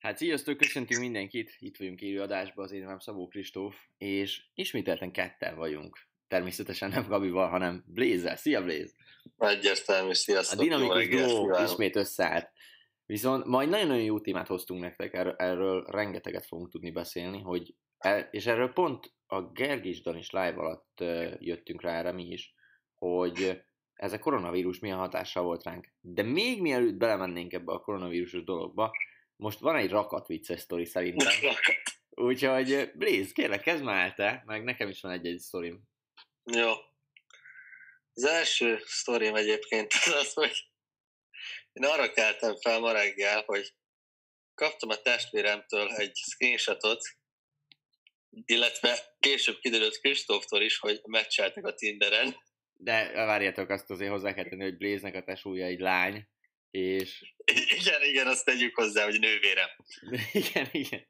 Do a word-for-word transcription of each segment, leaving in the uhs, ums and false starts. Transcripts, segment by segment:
Hát sziasztok, köszöntünk mindenkit, itt vagyunk élőadásban, az én nevem Szabó Kristóf, és ismételten ketten vagyunk. Természetesen nem Gabival, hanem Blaze-zel. Szia Blaze! Egyértelmű, sziasztok! A dinamikus duó ismét összeállt. Viszont majd nagyon-nagyon jó témát hoztunk nektek, erről, erről rengeteget fogunk tudni beszélni, hogy el, és erről pont a Gergis Danis live alatt uh, jöttünk rá erre mi is, hogy ez a koronavírus milyen hatással volt ránk. De még mielőtt belemennénk ebbe a koronavírusos dologba, most van egy rakat vicces sztori szerintem. Úgyhogy Blaze, kérlek, kezd már el te, meg nekem is van egy-egy sztorim. Jó. Az első sztorim egyébként az az, hogy én arra keltem fel ma reggel, hogy kaptam a testvéremtől egy screenshotot, illetve később kiderült Kristóftól is, hogy meccseltek a Tinderen. De várjátok, azt azért hozzá kell tenni, hogy Blaze-nek a tesója egy lány, és... Igen, igen, azt tegyük hozzá, hogy nővérem. igen, igen.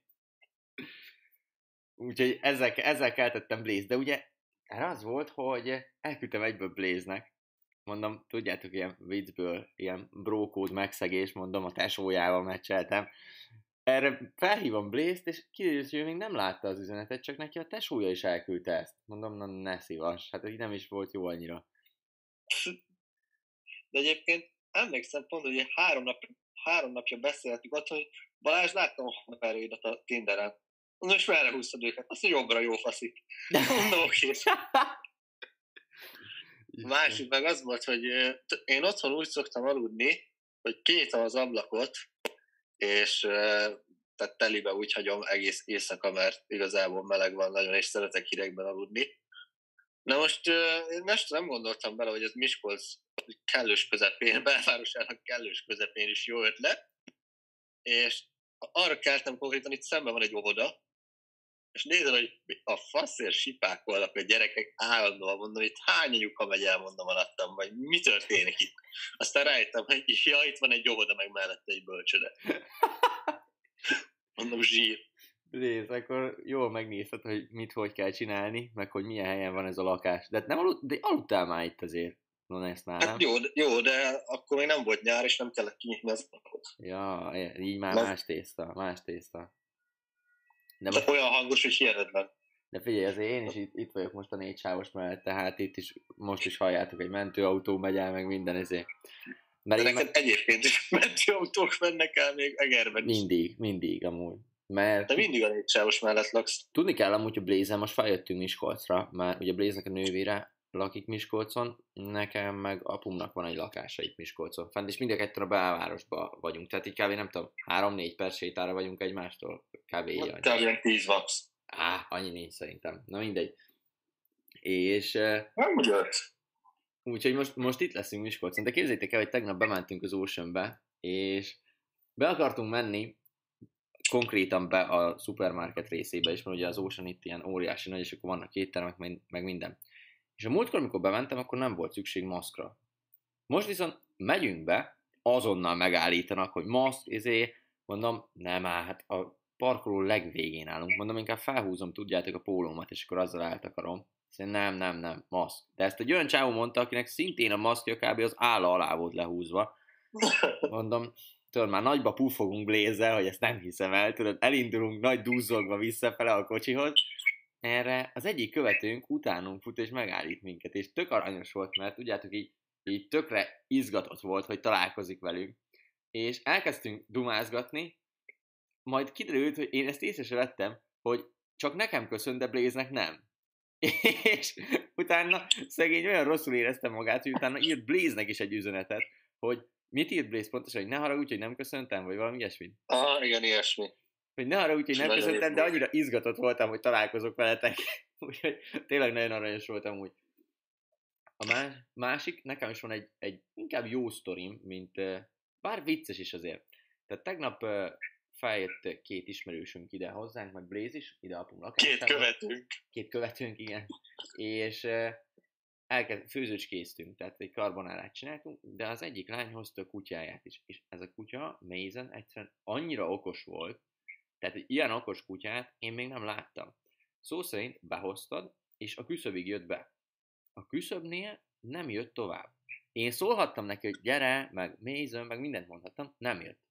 Úgyhogy ezzel, ezzel keltettem Blaze, de ugye erre az volt, hogy elküldtem egyből Blaze-nek, mondom, tudjátok, ilyen viccből, ilyen brókód megszegés, mondom, a tesójával meccseltem. Erre felhívom Blaze-t, és kiderült, hogy ő még nem látta az üzenetet, csak neki a tesója is elküldte ezt. Mondom, na ne szívass, hát így nem is volt jó annyira. De egyébként emlékszem pont, hogy három, nap, három napja beszéltük ott, hogy Balázs, láttam a haverjaidat a Tinderen. Mondom, és merre húztad őket? Azt mondja, jobbra, jó faszik. Mondom, oké. A másik meg az volt, hogy én otthon úgy szoktam aludni, hogy kinyitom az ablakot, és tehát telibe úgy hagyom egész éjszaka, mert igazából meleg van nagyon, és szeretek hidegben aludni. Na most én most nem gondoltam bele, hogy ez Miskolc kellős közepén, belvárosának kellős közepén is jó ötlet, és arra keltem konkrétan, itt szemben van egy óvoda, és nézem, hogy a faszért sipákolnak a gyerekek állandóan, mondom, itt hány anyuka megy el, mondom alattam, vagy mi történik itt? Aztán rájöttem, hogy ja, itt van egy óvoda, meg mellette egy bölcsöde. Mondom, zsír. Nézd, akkor jól megnézted, hogy mit hogy kell csinálni, meg hogy milyen helyen van ez a lakás. De nem aludt, de aludtál már itt azért. No, ezt már, hát jó, de, jó, de akkor még nem volt nyár, és nem kellett kinyitni az ablakot. Ja, így már más tészta, más tészta. De most... olyan hangos, hogy hihetetlen. De figyelj, azért én is itt, itt vagyok most a négy sávos mellett, tehát itt is, most is halljátok, egy mentőautó megy el, meg minden ezért. Mert de neked meg... egyébként is mentőautók mennek el még Egerben is. Mindig, mindig amúgy. Mert... De mindig a négy sávos mellett laksz. Tudni kell amúgy, hogy Blaze-en most feljöttünk Miskolcra, mert ugye Blaze-nek a nővére lakik Miskolcon, nekem meg apumnak van egy lakása itt Miskolcon fent, és mind a ketten a belvárosban vagyunk, tehát így kb. Nem tudom, három-négy perc sétára vagyunk egymástól, kb. Hát, kb. Ilyen tíz vax. Á, annyi nincs szerintem, na mindegy. És... Nem úgy öt. Úgyhogy most, most itt leszünk Miskolcon, de képzeljétek el, hogy tegnap bementünk az Oceanbe, és be akartunk menni, konkrétan be a szupermarket részébe is, mert ugye az Ocean itt ilyen óriási nagy, és akkor vannak éttermek, meg minden. És a múltkor, amikor bementem, akkor nem volt szükség maszkra. Most viszont megyünk be, azonnal megállítanak, hogy maszk, ezért, mondom, nem áll, hát a parkoló legvégén állunk, mondom, inkább felhúzom, tudjátok, a pólómat, és akkor azzal eltakarom. Szerintem nem, nem, nem, maszk. De ezt egy olyan csávó mondta, akinek szintén a maszkja kb. Az álla alá volt lehúzva. Mondom, tudod, már nagyba puffogunk Blaze-zel, hogy ezt nem hiszem el, tudod, elindulunk nagy duzzogva visszafele a kocsihoz. Erre az egyik követőnk utánunk fut és megállít minket, és tök aranyos volt, mert tudjátok, így, így tökre izgatott volt, hogy találkozik velünk. És elkezdtünk dumázgatni, majd kiderült, hogy én ezt észre sem vettem, hogy csak nekem köszön, de Blaze-nek nem. És utána szegény olyan rosszul érezte magát, hogy utána írt Blaze-nek is egy üzenetet, hogy mit írt Blaze pontosan, hogy ne haragudj, hogy nem köszöntem, vagy valami ilyesmi. Ah, igen, ilyesmi. Hogy ne haragudj, hogy nem köszöntem, de annyira izgatott voltam, hogy találkozok veletek. Úgyhogy tényleg nagyon aranyos voltam úgy. A más, másik, nekem is van egy, egy inkább jó sztorim, mint bár vicces is azért. Tehát tegnap feljött két ismerősünk ide hozzánk, meg Blaze is, ide apum lakásába. Két követőnk. Két követőnk, igen. És elkezd, főzőcskéztünk, tehát egy karbonárát csináltunk, de az egyik lány hozta a kutyáját is. És ez a kutya, Mason, egyszerűen annyira okos volt, tehát egy ilyen okos kutyát én még nem láttam. Szó szerint behoztad, és a küszöbig jött be. A küszöbnél nem jött tovább. Én szólhattam neki, hogy gyere, meg Mason, meg mindent mondhattam, nem jött.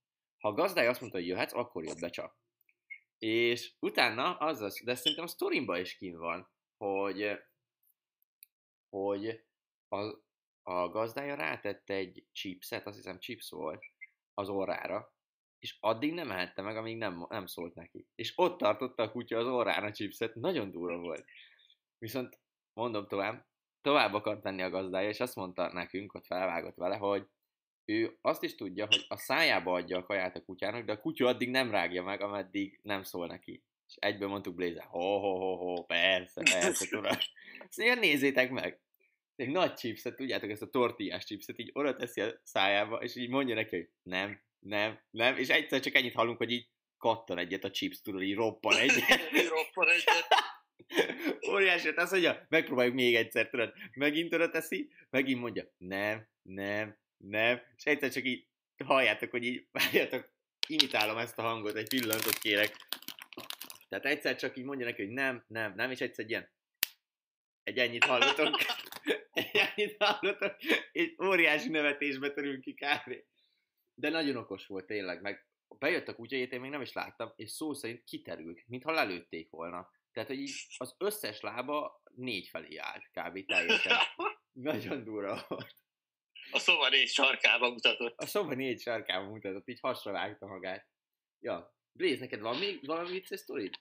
ha a gazdája azt mondta, hogy jöhetsz, akkor jött be csak. És utána azzal, de szerintem a sztorimban is kint van, hogy, hogy a, a gazdája rátette egy chipset, azt hiszem chips volt, az orrára, és addig nem ehette meg, amíg nem, nem szólt neki. És ott tartotta a kutya az orrán a chipset, nagyon durva volt. Viszont mondom tovább, tovább akart menni a gazdája, és azt mondta nekünk, ott felvágott vele, hogy ő azt is tudja, hogy a szájába adja a kaját a kutyának, de a kutya addig nem rágja meg, ameddig nem szól neki. És egyből mondtuk Blaze, ho, ho, ho, ho, persze, persze, tudod. Szóval nézzétek meg! Egy nagy chipset, tudjátok, ezt a tortillás chipset így oda teszi a szájába, és így mondja neki, hogy nem, nem, nem, és egyszer csak ennyit hallunk, hogy így kattan egyet a chips, tudod, így roppan egyet. roppan egyet. Óriási, azt mondja, megpróbáljuk még egyszer, tudod, megint oda teszi, megint mondja, nem, nem, nem, és egyszer csak így halljátok, hogy így, várjátok, imitálom ezt a hangot, egy pillanatot kérek. Tehát egyszer csak így mondja neki, hogy nem, nem, nem, és egyszer egy ilyen, egy ennyit hallotok, egy ennyit hallotok, és óriási nevetésbe törünk ki kb. De nagyon okos volt tényleg, meg bejött a kutyát, én még nem is láttam, és szó szerint kiterült, mintha lelőtték volna. Tehát, hogy így az összes lába négy felé állt kb. Teljesen. Nagyon durva volt. A szoba négy sarkába mutatott. A szoba négy sarkába mutatott, így hasra vágta magát. Ja. Blaze, neked van még valami vicces sztorid?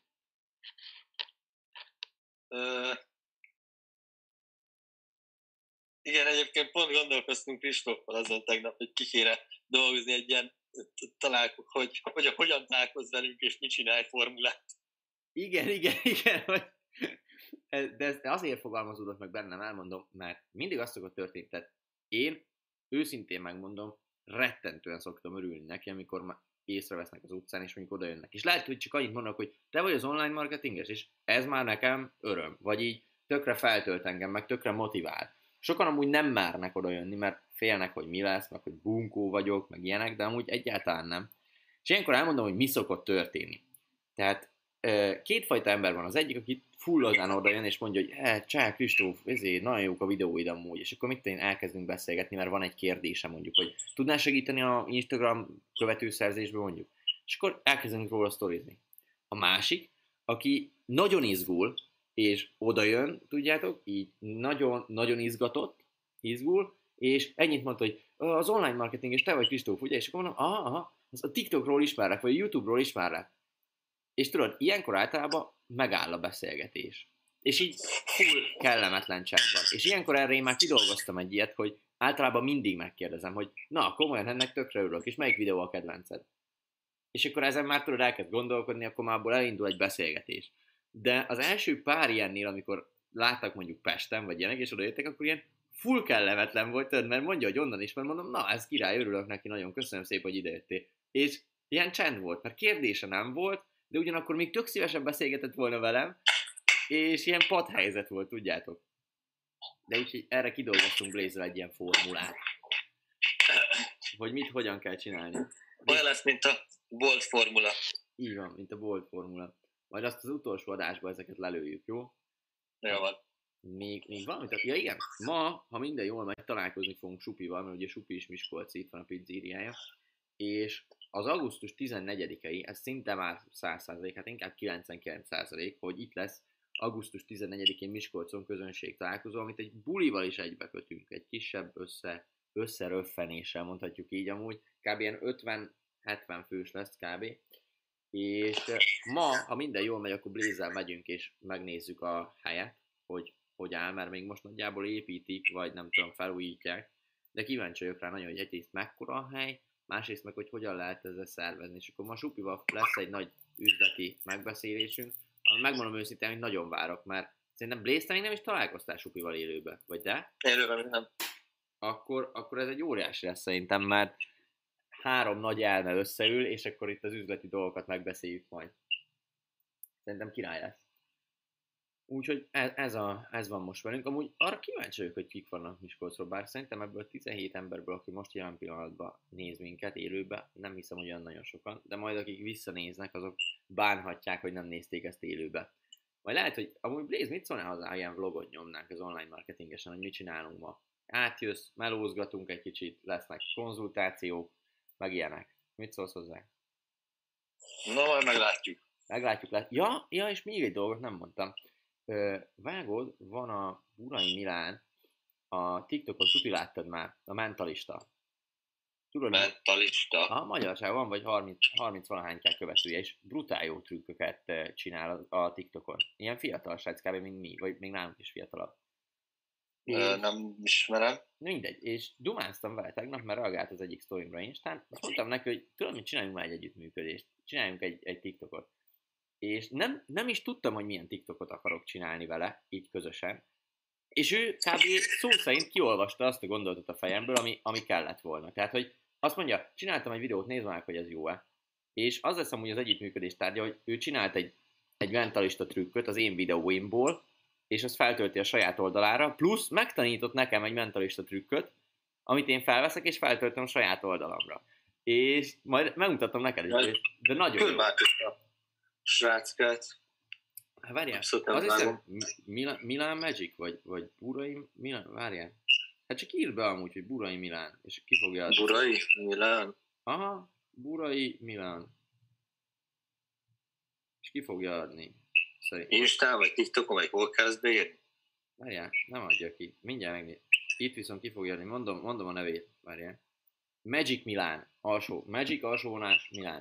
Uh, igen, egyébként pont gondolkoztunk Kristóffal azon tegnap, hogy ki kéne dolgozni egy ilyen találkozó, hogy, hogy hogyan találkozz velünk, és mit csinálj formulát. Igen, igen, igen. De ez azért fogalmazódott meg bennem, elmondom, mert mindig azt szokott történni. Tehát én őszintén megmondom, rettentően szoktam örülni neki, amikor észrevesznek az utcán, és mondjuk oda jönnek. És lehet, hogy csak annyit mondok, hogy te vagy az online marketinges, és ez már nekem öröm. Vagy így tökre feltölt engem, meg tökre motivál. Sokan amúgy nem mernek oda jönni, mert félnek, hogy mi lesz, meg hogy bunkó vagyok, meg ilyenek, de amúgy egyáltalán nem. És ilyenkor elmondom, hogy mi szokott történni. Tehát kétfajta ember van. Az egyik, aki fullazán oda jön, és mondja, hogy eh, csá, Kristóf, ezért nagyon jók a videóid amúgy, és akkor mit én elkezdünk beszélgetni, mert van egy kérdése mondjuk, hogy tudnál segíteni a Instagram követőszerzésbe mondjuk, és akkor elkezdünk róla sztorizni. A másik, aki nagyon izgul, és oda jön, tudjátok, így nagyon, nagyon izgatott, izgul, és ennyit mondta, hogy az online marketing, és te vagy Kristóf, ugye, és akkor mondom, aha, aha, az a TikTokról ismerlek, vagy a YouTube-ról ismerlek. És tudod, ilyenkor általában megáll a beszélgetés. És így full kellemetlen csend van. És ilyenkor erre én már kidolgoztam egy ilyet, hogy általában mindig megkérdezem, hogy na, komolyan, ennek tökre örülök, és melyik videó a kedvenced? És akkor ezen már tudod, elkezd gondolkodni, akkor már abból elindul egy beszélgetés. De az első pár ilyennél, amikor láttak mondjuk Pesten, vagy ilyenek, és odajöttek, akkor ilyen full kellemetlen volt, tudod, mert mondja, hogy onnan is, mert mondom, na, ez király, örülök neki, nagyon köszönöm szépen, hogy idejöttél. És ilyen csend volt, mert kérdése nem volt, de ugyanakkor még tök szívesen beszélgetett volna velem, és ilyen padhelyzet volt, tudjátok. De úgyhogy erre kidolgoztunk Blaze-vel egy ilyen formulát. Hogy mit, hogyan kell csinálni. Olyan lesz, mint a Bolt formula. Így van, mint a Bolt formula. Majd azt az utolsó adásban ezeket lelőjük, jó? Jó van. Még, még valamit? Ja igen, ma, ha minden jól megy, találkozni fogunk Supival, mert ugye Supi is Miskolci, itt van a pizzériája, és az augusztus tizennegyedikei, ez szinte már száz százalék, hát inkább kilencvenkilenc százalék, hogy itt lesz augusztus tizennegyedikén Miskolcon közönség találkozó, amit egy bulival is egybekötünk, egy kisebb össze, összeröffenéssel, mondhatjuk így amúgy, kb. Ilyen ötven-hetven fős lesz kb. És ma, ha minden jól megy, akkor Blaze-zel megyünk és megnézzük a helyet, hogy hogy áll, mert még most nagyjából építik, vagy nem tudom, felújítják, de kíváncsi vagyok rá nagyon, hogy egyrészt mekkora a hely, másrészt meg, hogy hogyan lehet ezzel szervezni. És akkor ma Supival lesz egy nagy üzleti megbeszélésünk, ami megmondom őszintén, hogy nagyon várok, mert szerintem Blaze-t még nem is találkoztál Supival élőbe, vagy de? Élőben nem. Akkor, akkor ez egy óriási lesz szerintem, mert három nagy elme összeül, és akkor itt az üzleti dolgokat megbeszéljük majd. Szerintem király lesz. Úgyhogy ez, ez, a, ez van most velünk. Amúgy arra kíváncsi vagyok, hogy kik vannak Miskolcról, bár szerintem ebből tizenhét emberből, aki most jelen pillanatban néz minket élőbe, nem hiszem, hogy olyan nagyon sokan, de majd akik visszanéznek, azok bánhatják, hogy nem nézték ezt élőbe. Majd lehet, hogy amúgy Blaze, mit szólnál hozzá, ilyen vlogot nyomnánk az online marketingesen, hogy mit csinálunk ma? Átjössz, melózgatunk egy kicsit, lesznek konzultációk, meg ilyenek. Mit szólsz hozzá? Na, majd meglátjuk. Meglátjuk, lát. Ja, ja, és még egy dolgot nem mondtam. Ö, vágod, van a Burai Milán, a TikTokon, tuti láttad már, a mentalista. Tudod, Mentalista. a magyarság van, vagy harminc, harminc valahány kell követője, és brutál jó trükköket csinál a, a TikTokon. Ilyen fiatal srác kb. Mint mi, vagy még nálunk is fiatalabb. Ö, nem ismerem. Mindegy, és dumáztam vele tegnap, mert reagált az egyik sztorimra Instán, azt mondtam neki, hogy tudod, hogy csináljunk már egy együttműködést, csináljunk egy, egy TikTokot. És nem, nem is tudtam, hogy milyen TikTokot akarok csinálni vele, így közösen. És ő kb. Szó szerint kiolvasta azt a gondolatot a fejemből, ami, ami kellett volna. Tehát, hogy azt mondja, csináltam egy videót, nézd meg, hogy ez jó-e. És az lesz amúgy az együttműködés tárgya, hogy ő csinált egy, egy mentalista trükköt az én videóimból, és azt feltölti a saját oldalára, plusz megtanított nekem egy mentalista trükköt, amit én felveszek, és feltöltöm a saját oldalamra. És majd megmutatom neked is, de nagyon jó. A sráckát. Hát várjál, az hiszem Milán, Milán Magic, vagy, vagy Burai Milán, várjál. Hát csak írd be amúgy, hogy Burai Milán, és ki fogja adni. Burai Milán? Aha, Burai Milán. És ki fogja adni? Szerintem. Instán, vagy TikTokon, vagy hol kezd beírni? Várjál, nem adja ki. Mindjárt megnéz. Itt viszont ki fogja adni. Mondom, mondom a nevét. Várjál. Magic Milán. Alsó. Magic alsóvonás Milán.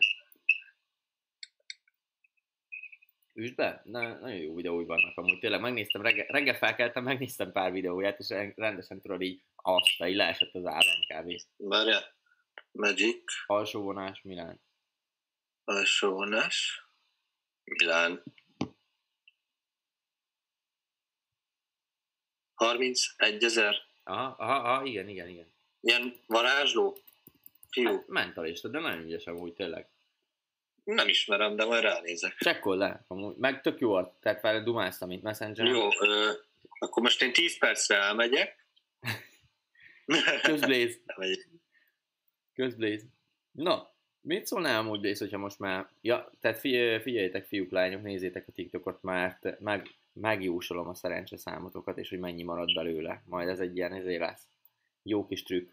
Üsd be? Na, nagyon jó videói vannak amúgy. Tényleg megnéztem, reggel, reggel felkeltem, megnéztem pár videóját, és rendesen tudod így azt, így leesett az állam kb. Várjál. Magic. Alsóvonás Milán. Alsóvonás Milán. harmincegyezer. Aha, aha, aha, igen, igen, igen. Ilyen varázsló? Fiú. Hát, mentalista, de nagyon ügyes amúgy, tényleg. Nem ismerem, de majd ránézek. Csekkol le, amúgy. Meg tök jó volt, tehát vele dumáztam itt Messenger. Jó, ö, akkor most én tíz percre elmegyek. Közbléz. Közbléz. Na, mit szólnál amúgy, Blaze, hogyha most már... Ja, tehát figyelj, figyeljetek, fiúk, lányok, nézzétek a TikTokot, mert meg, megjósolom a szerencse számotokat, és hogy mennyi marad belőle. Majd ez egy ilyen, ezért lesz. Jó kis trükk.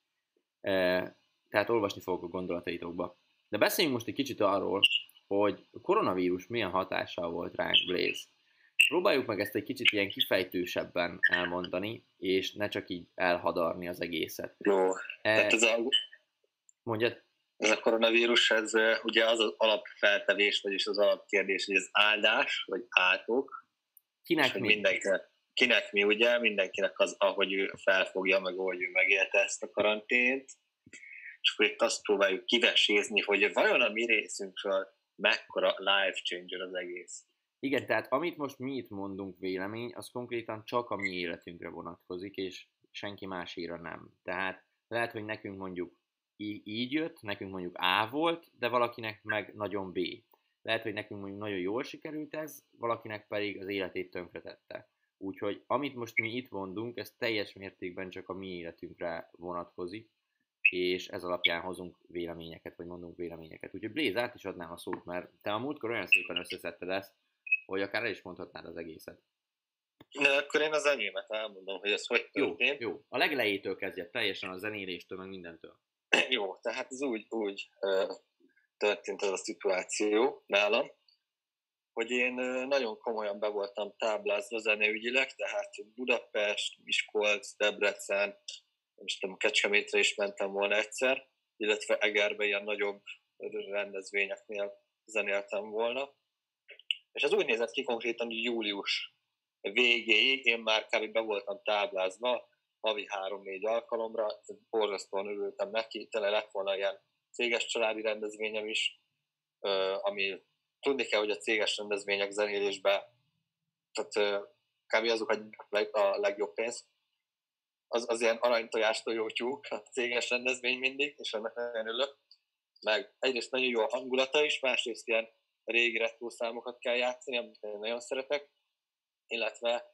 E, tehát olvasni fogok a gondolataitokba. De beszéljünk most egy kicsit arról, hogy a koronavírus milyen hatással volt ránk, Blaze. Próbáljuk meg ezt egy kicsit ilyen kifejtősebben elmondani, és ne csak így elhadarni az egészet. Jó, e, tehát ez a... Mondjad? Ez a koronavírus, ez ugye az az alapfeltevés, vagyis az alapkérdés, hogy ez áldás, vagy átok. Kinek mi? Mindenkinek, kinek mi, ugye? Mindenkinek az, ahogy ő felfogja, meg ahogy ő megélte ezt a karantént. És akkor itt azt próbáljuk kivesézni, hogy vajon a mi részünkről mekkora life changer az egész. Igen, tehát amit most mi itt mondunk vélemény, az konkrétan csak a mi életünkre vonatkozik, és senki másére nem. Tehát lehet, hogy nekünk mondjuk így jött, nekünk mondjuk A volt, de valakinek meg nagyon B. Lehet, hogy nekünk mondjuk nagyon jól sikerült ez, valakinek pedig az életét tönkretette. Úgyhogy amit most mi itt mondunk, ez teljes mértékben csak a mi életünkre vonatkozik, és ez alapján hozunk véleményeket, vagy mondunk véleményeket. Úgyhogy Blaze, át is adnám a szót, mert te a múltkor olyan szépen összeszedted ezt, hogy akár el is mondhatnád az egészet. Na, akkor én a zenémet elmondom, hogy ez hogy történt. Jó, jó. A legelejétől kezdje, teljesen a zenéléstől, meg mindentől. Jó, tehát ez úgy, úgy uh, történt ez a szituáció nálam, hogy én uh, nagyon komolyan be voltam táblázva zeneügyileg, tehát Budapest, Miskolc, Debrecen, nem is tudom, Kecskemétre is mentem volna egyszer, illetve Egerbe ilyen nagyobb rendezvényeknél zenéltem volna. És ez úgy nézett ki konkrétan, hogy július végéig én már kb. Be voltam táblázva, havi három-négy alkalomra, borzasztóan örültem neki, tele lett volna ilyen céges családi rendezvényem is, ami tudni kell, hogy a céges rendezvények zenélésben, tehát kb. Azok a legjobb pénz. Az, az ilyen aranytojástól jó tyúk, a céges rendezvény mindig, és ennek nagyon örülök. Meg egyrészt nagyon jó a hangulata is, másrészt ilyen régi retro számokat kell játszani, amit én nagyon szeretek, illetve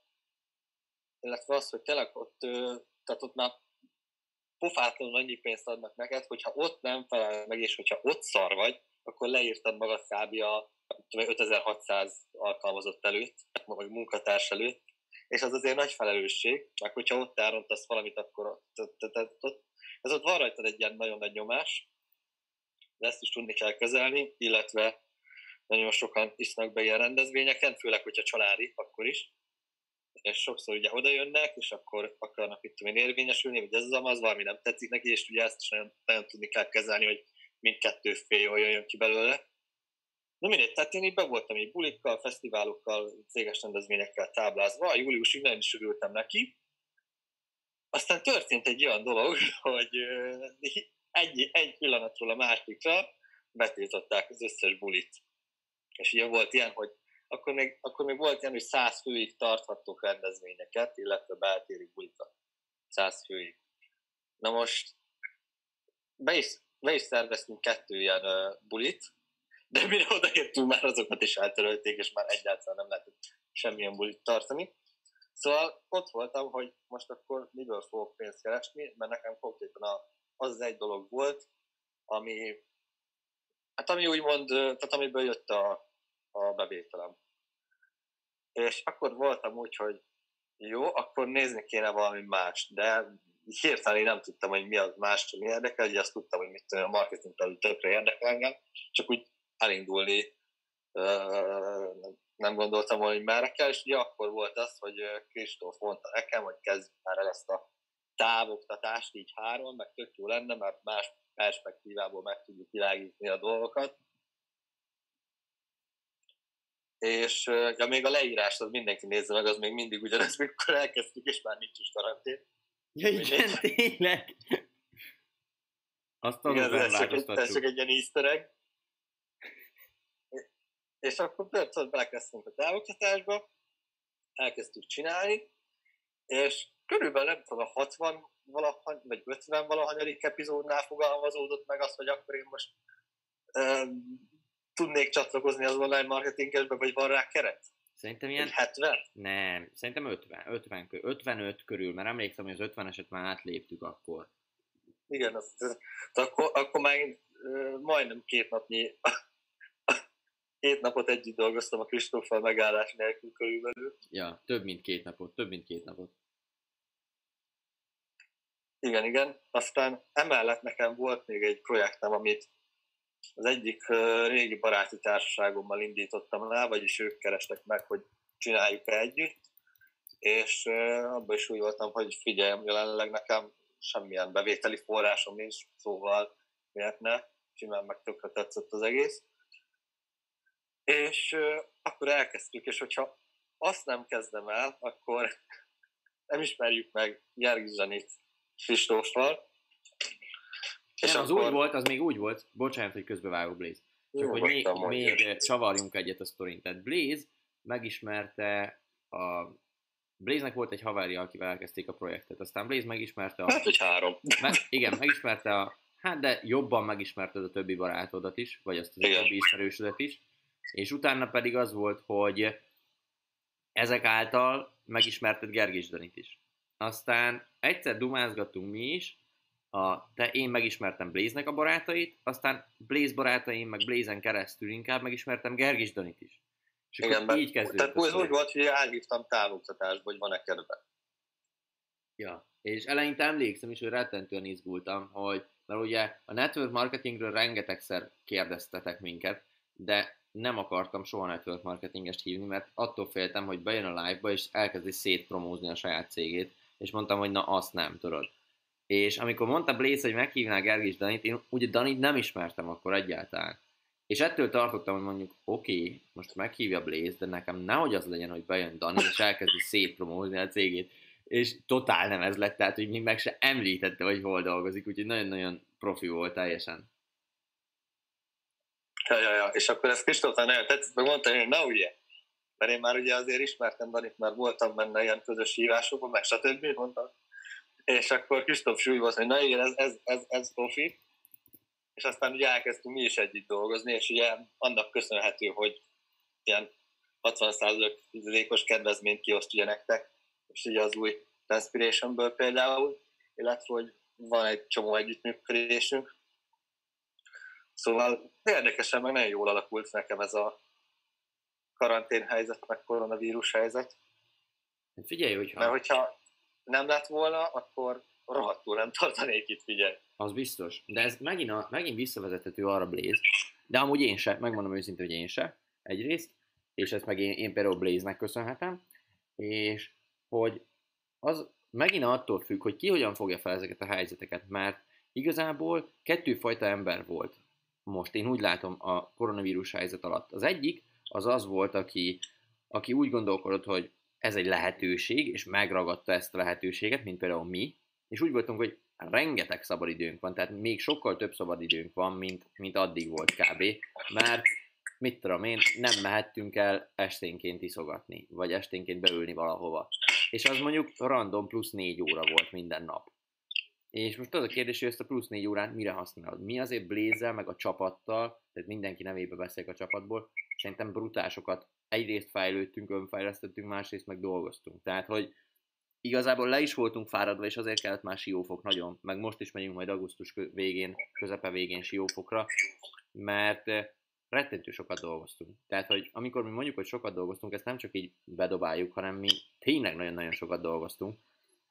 illetve az, hogy tényleg ott, tehát ott már pofátlanul annyi pénzt adnak neked, hogyha ott nem felel meg, és hogyha ott szar vagy, akkor leírtad magad kb. A ötezer-hatszáz alkalmazott előtt, vagy munkatárs előtt, és az azért nagy felelősség, meg hogyha ott elrontasz valamit, akkor ez ott van rajtad egy ilyen nagyon nagy nyomás, de ezt is tudni kell kezelni, illetve nagyon sokan isznak be ilyen rendezvényeken, főleg, hogyha családi, akkor is. És sokszor ugye oda jönnek, és akkor akarnak itt tudom én érvényesülni, vagy ez az amaz, valami nem tetszik neki, és ugye ezt is nagyon, nagyon tudni kell kezelni, hogy mindkettő fél jól jöjjön ki belőle. Na mindegy, tehát én így be voltam így bulikkal, fesztiválokkal, céges rendezvényekkel táblázva, a júliusig nagyon is örültem neki. Aztán történt egy olyan dolog, hogy egy, egy pillanatról a másikra betiltották az összes bulit. És ugye volt ilyen, hogy akkor még, akkor még volt ilyen, hogy száz főig tarthattok rendezvényeket, illetve beltéri bulikat. Száz főig. Na most be is, be is szerveztünk kettő ilyen uh, bulit, de mire odaértünk, már azokat is eltörölték, és már egyáltalán nem lehetett semmilyen bulit tartani. Szóval ott voltam, hogy most akkor miből fogok pénzt keresni, mert nekem konkrétan az az egy dolog volt, ami, hát ami úgymond, tehát amiből jött a, a bevételem. És akkor voltam úgy, hogy jó, akkor nézni kéne valami más, de hirtelen én nem tudtam, hogy mi az más, mi érdekel, ugye azt tudtam, hogy mit tudom, a marketing belül többre érdekel engem, csak úgy elindulni nem gondoltam, hogy merre kell, és ugye akkor volt az, hogy Kristóf mondta nekem, hogy kezdjük már el ezt a távoktatást így három, meg tök jó lenne, mert más perspektívából meg tudjuk világítani a dolgokat. És ja, még a leírást az mindenki nézze meg, az még mindig ugyanaz, mikor elkezdtük, és már nincs is karantén. Ja, igen, tényleg. Azt igen, ez csak, egy, ez csak egy ilyen easter egg. És akkor például belekezdtünk a távoktatásba, elkezdtük csinálni, és körülbelül nem tudom, a hatvan valahány, vagy ötven valahanyadik epizódnál fogalmazódott meg az, hogy akkor én most um, tudnék csatlakozni az online marketingesbe, vagy van rá keret? Szerintem ilyen... hetven? Nem, szerintem ötven, ötven, ötvenöt körül, mert emlékszem, hogy az ötveneset már átléptük akkor. Igen, az, az, akkor, akkor már én, uh, majdnem két napnyi Két napot együtt dolgoztam a Kristóffal megállás nélkül körülbelül. Ja, több mint két napot, több mint két napot. Igen, igen. Aztán emellett nekem volt még egy projektem, amit az egyik uh, régi baráti társaságommal indítottam el, vagyis ők kerestek meg, hogy csináljuk-e együtt, és uh, abban is úgy voltam, hogy figyeljem, jelenleg nekem semmilyen bevételi forrásom nincs, szóval miért ne? Simán meg tökre tetszett az egész. És uh, akkor elkezdtük, és hogyha azt nem kezdem el, akkor nem ismerjük meg Gergis Zsenit Kristóffal. És nem, az akkor... úgy volt, az még úgy volt, bocsánat, hogy közbevágok, Blaze. Csak jó, hogy még, még csavarjunk egyet a sztorin. Tehát Blaze megismerte a... Blaze-nek volt egy haverja, akivel elkezdték a projektet. Aztán Blaze megismerte a... Hát, hogy három. Me... Igen, megismerte a... Hát, de jobban megismerted a többi barátodat is, vagy azt az többi ismerősödet is. És utána pedig az volt, hogy ezek által megismerted Gergis Zsenit is. Aztán egyszer dumázgattunk mi is, a, te, én megismertem Blaze-nek a barátait, aztán Blaze barátaim, meg Blaze-en keresztül inkább megismertem Gergis Zsenit is. És igen, így kezdődött. Tehát úgy volt, hogy elhívtam távoktatásba, hogy van-e kedve. Ja, és eleinte emlékszem is, hogy rettentően izgultam, hogy, mert ugye a network marketingről rengetegszer kérdeztetek minket, de nem akartam soha network marketingest hívni, mert attól féltem, hogy bejön a live-ba, és elkezdi szétpromózni a saját cégét, és mondtam, hogy na azt nem, tudod. És amikor mondta Blaze, hogy meghívná Gergis Zsenit, én ugye Danit nem ismertem akkor egyáltalán. És ettől tartottam, hogy mondjuk, oké, okay, most meghívja Blaze, de nekem nehogy az legyen, hogy bejön Dani, és elkezdi szétpromózni a cégét. És totál nem ez lett, tehát hogy még meg se említette, hogy hol dolgozik, úgyhogy nagyon-nagyon profi volt teljesen. Ja, ja, ja. És akkor ezt Kristófnak nagyon tetszett, meg mondta, hogy na ugye, mert én már ugye azért ismertem Danit, mert voltam benne ilyen közös hívásokban, meg stb. Mondtam. És akkor Kristóf súly volt, hogy na igen, ez, ez, ez, ez profi. És aztán ugye elkezdtünk mi is együtt dolgozni, és ugye annak köszönhető, hogy ilyen hatvan százalékos kedvezményt kioszt ugye nektek, és ugye az új Transpirationből például, illetve hogy van egy csomó együttműködésünk. Szóval érdekesen, meg nagyon jól alakult nekem ez a karantén helyzet, meg koronavírus helyzet. Figyelj, hogyha... Mert hogyha nem lett volna, akkor rohadtul nem tartanék itt, figyelj. Az biztos. De ez megint, a, megint visszavezethető arra Blaze, de amúgy én se, megmondom őszintén, hogy én se, egyrészt, és ezt meg én, én például Blaze-nek köszönhetem, és hogy az megint attól függ, hogy ki hogyan fogja fel ezeket a helyzeteket, mert igazából kettőfajta ember volt most, én úgy látom a koronavírus helyzet alatt. Az egyik, az az volt, aki, aki úgy gondolkodott, hogy ez egy lehetőség, és megragadta ezt a lehetőséget, mint például mi, és úgy voltunk, hogy rengeteg szabadidőnk van, tehát még sokkal több szabadidőnk van, mint, mint addig volt kb. Mert mit tudom én, nem mehettünk el esténként iszogatni, vagy esténként beülni valahova. És az mondjuk random plusz négy óra volt minden nap. És most az a kérdés, hogy ezt a plusz négy órát mire használod? Mi azért Blaze-zel, meg a csapattal, tehát mindenki nevébe beszél a csapatból, szerintem brutásokat egyrészt fejlődtünk, önfejlesztettünk, másrészt meg dolgoztunk. Tehát, hogy igazából le is voltunk fáradva, és azért kellett már siófok nagyon, meg most is megyünk majd augusztus végén, közepe végén siófokra, mert rettentő sokat dolgoztunk. Tehát, hogy amikor mi mondjuk, hogy sokat dolgoztunk, ezt nem csak így bedobáljuk, hanem mi tényleg nagyon-nagyon sokat dolgoztunk.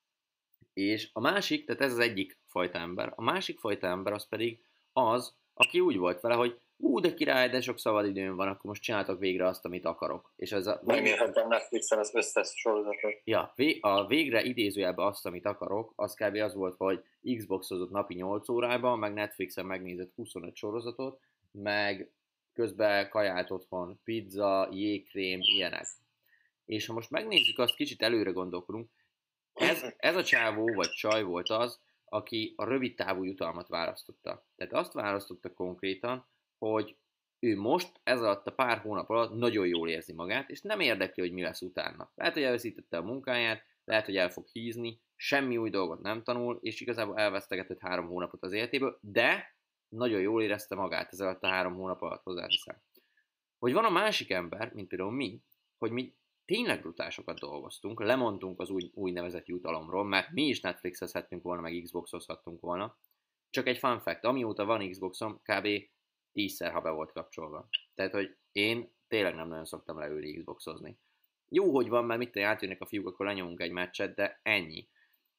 És a másik, tehát ez az egyik fajta ember, a másik fajta ember az pedig az, aki úgy volt vele, hogy ú, de király, de sok szabadidőm van, akkor most csináltak végre azt, amit akarok. És ez a... Megnézhetem Netflixen az összes sorozatot. Ja, a végre idézőjelben azt, amit akarok, az kb. Az volt, hogy Xboxozott napi nyolc órában, meg Netflixen megnézett huszonöt sorozatot, meg közben kajált otthon, pizza, jégkrém, ilyenek. És ha most megnézzük azt, kicsit előre gondolkodunk, ez, ez a csávó vagy csaj volt az, aki a rövid távú jutalmat választotta. Tehát azt választotta konkrétan, hogy ő most ez alatt a pár hónap alatt nagyon jól érzi magát, és nem érdekli, hogy mi lesz utána. Lehet, hogy elveszítette a munkáját, lehet, hogy el fog hízni, semmi új dolgot nem tanul, és igazából elvesztegetett három hónapot az életéből, de nagyon jól érezte magát ez alatt a három hónap alatt, hozzáteszem. Hogy van a másik ember, mint például mi, hogy mi tényleg brutásokat dolgoztunk, lemondtunk az új, úgynevezett jutalomról, mert mi is Netflixezhettünk volna, meg Xboxozhattunk volna. Csak egy fun fact, amióta van Xboxom, kb. tízszer, ha be volt kapcsolva. Tehát, hogy én tényleg nem nagyon szoktam leülni Xboxozni. Jó, hogy van, mert mit tenni, átjönnek a fiúk, akkor lenyomunk egy meccset, de ennyi.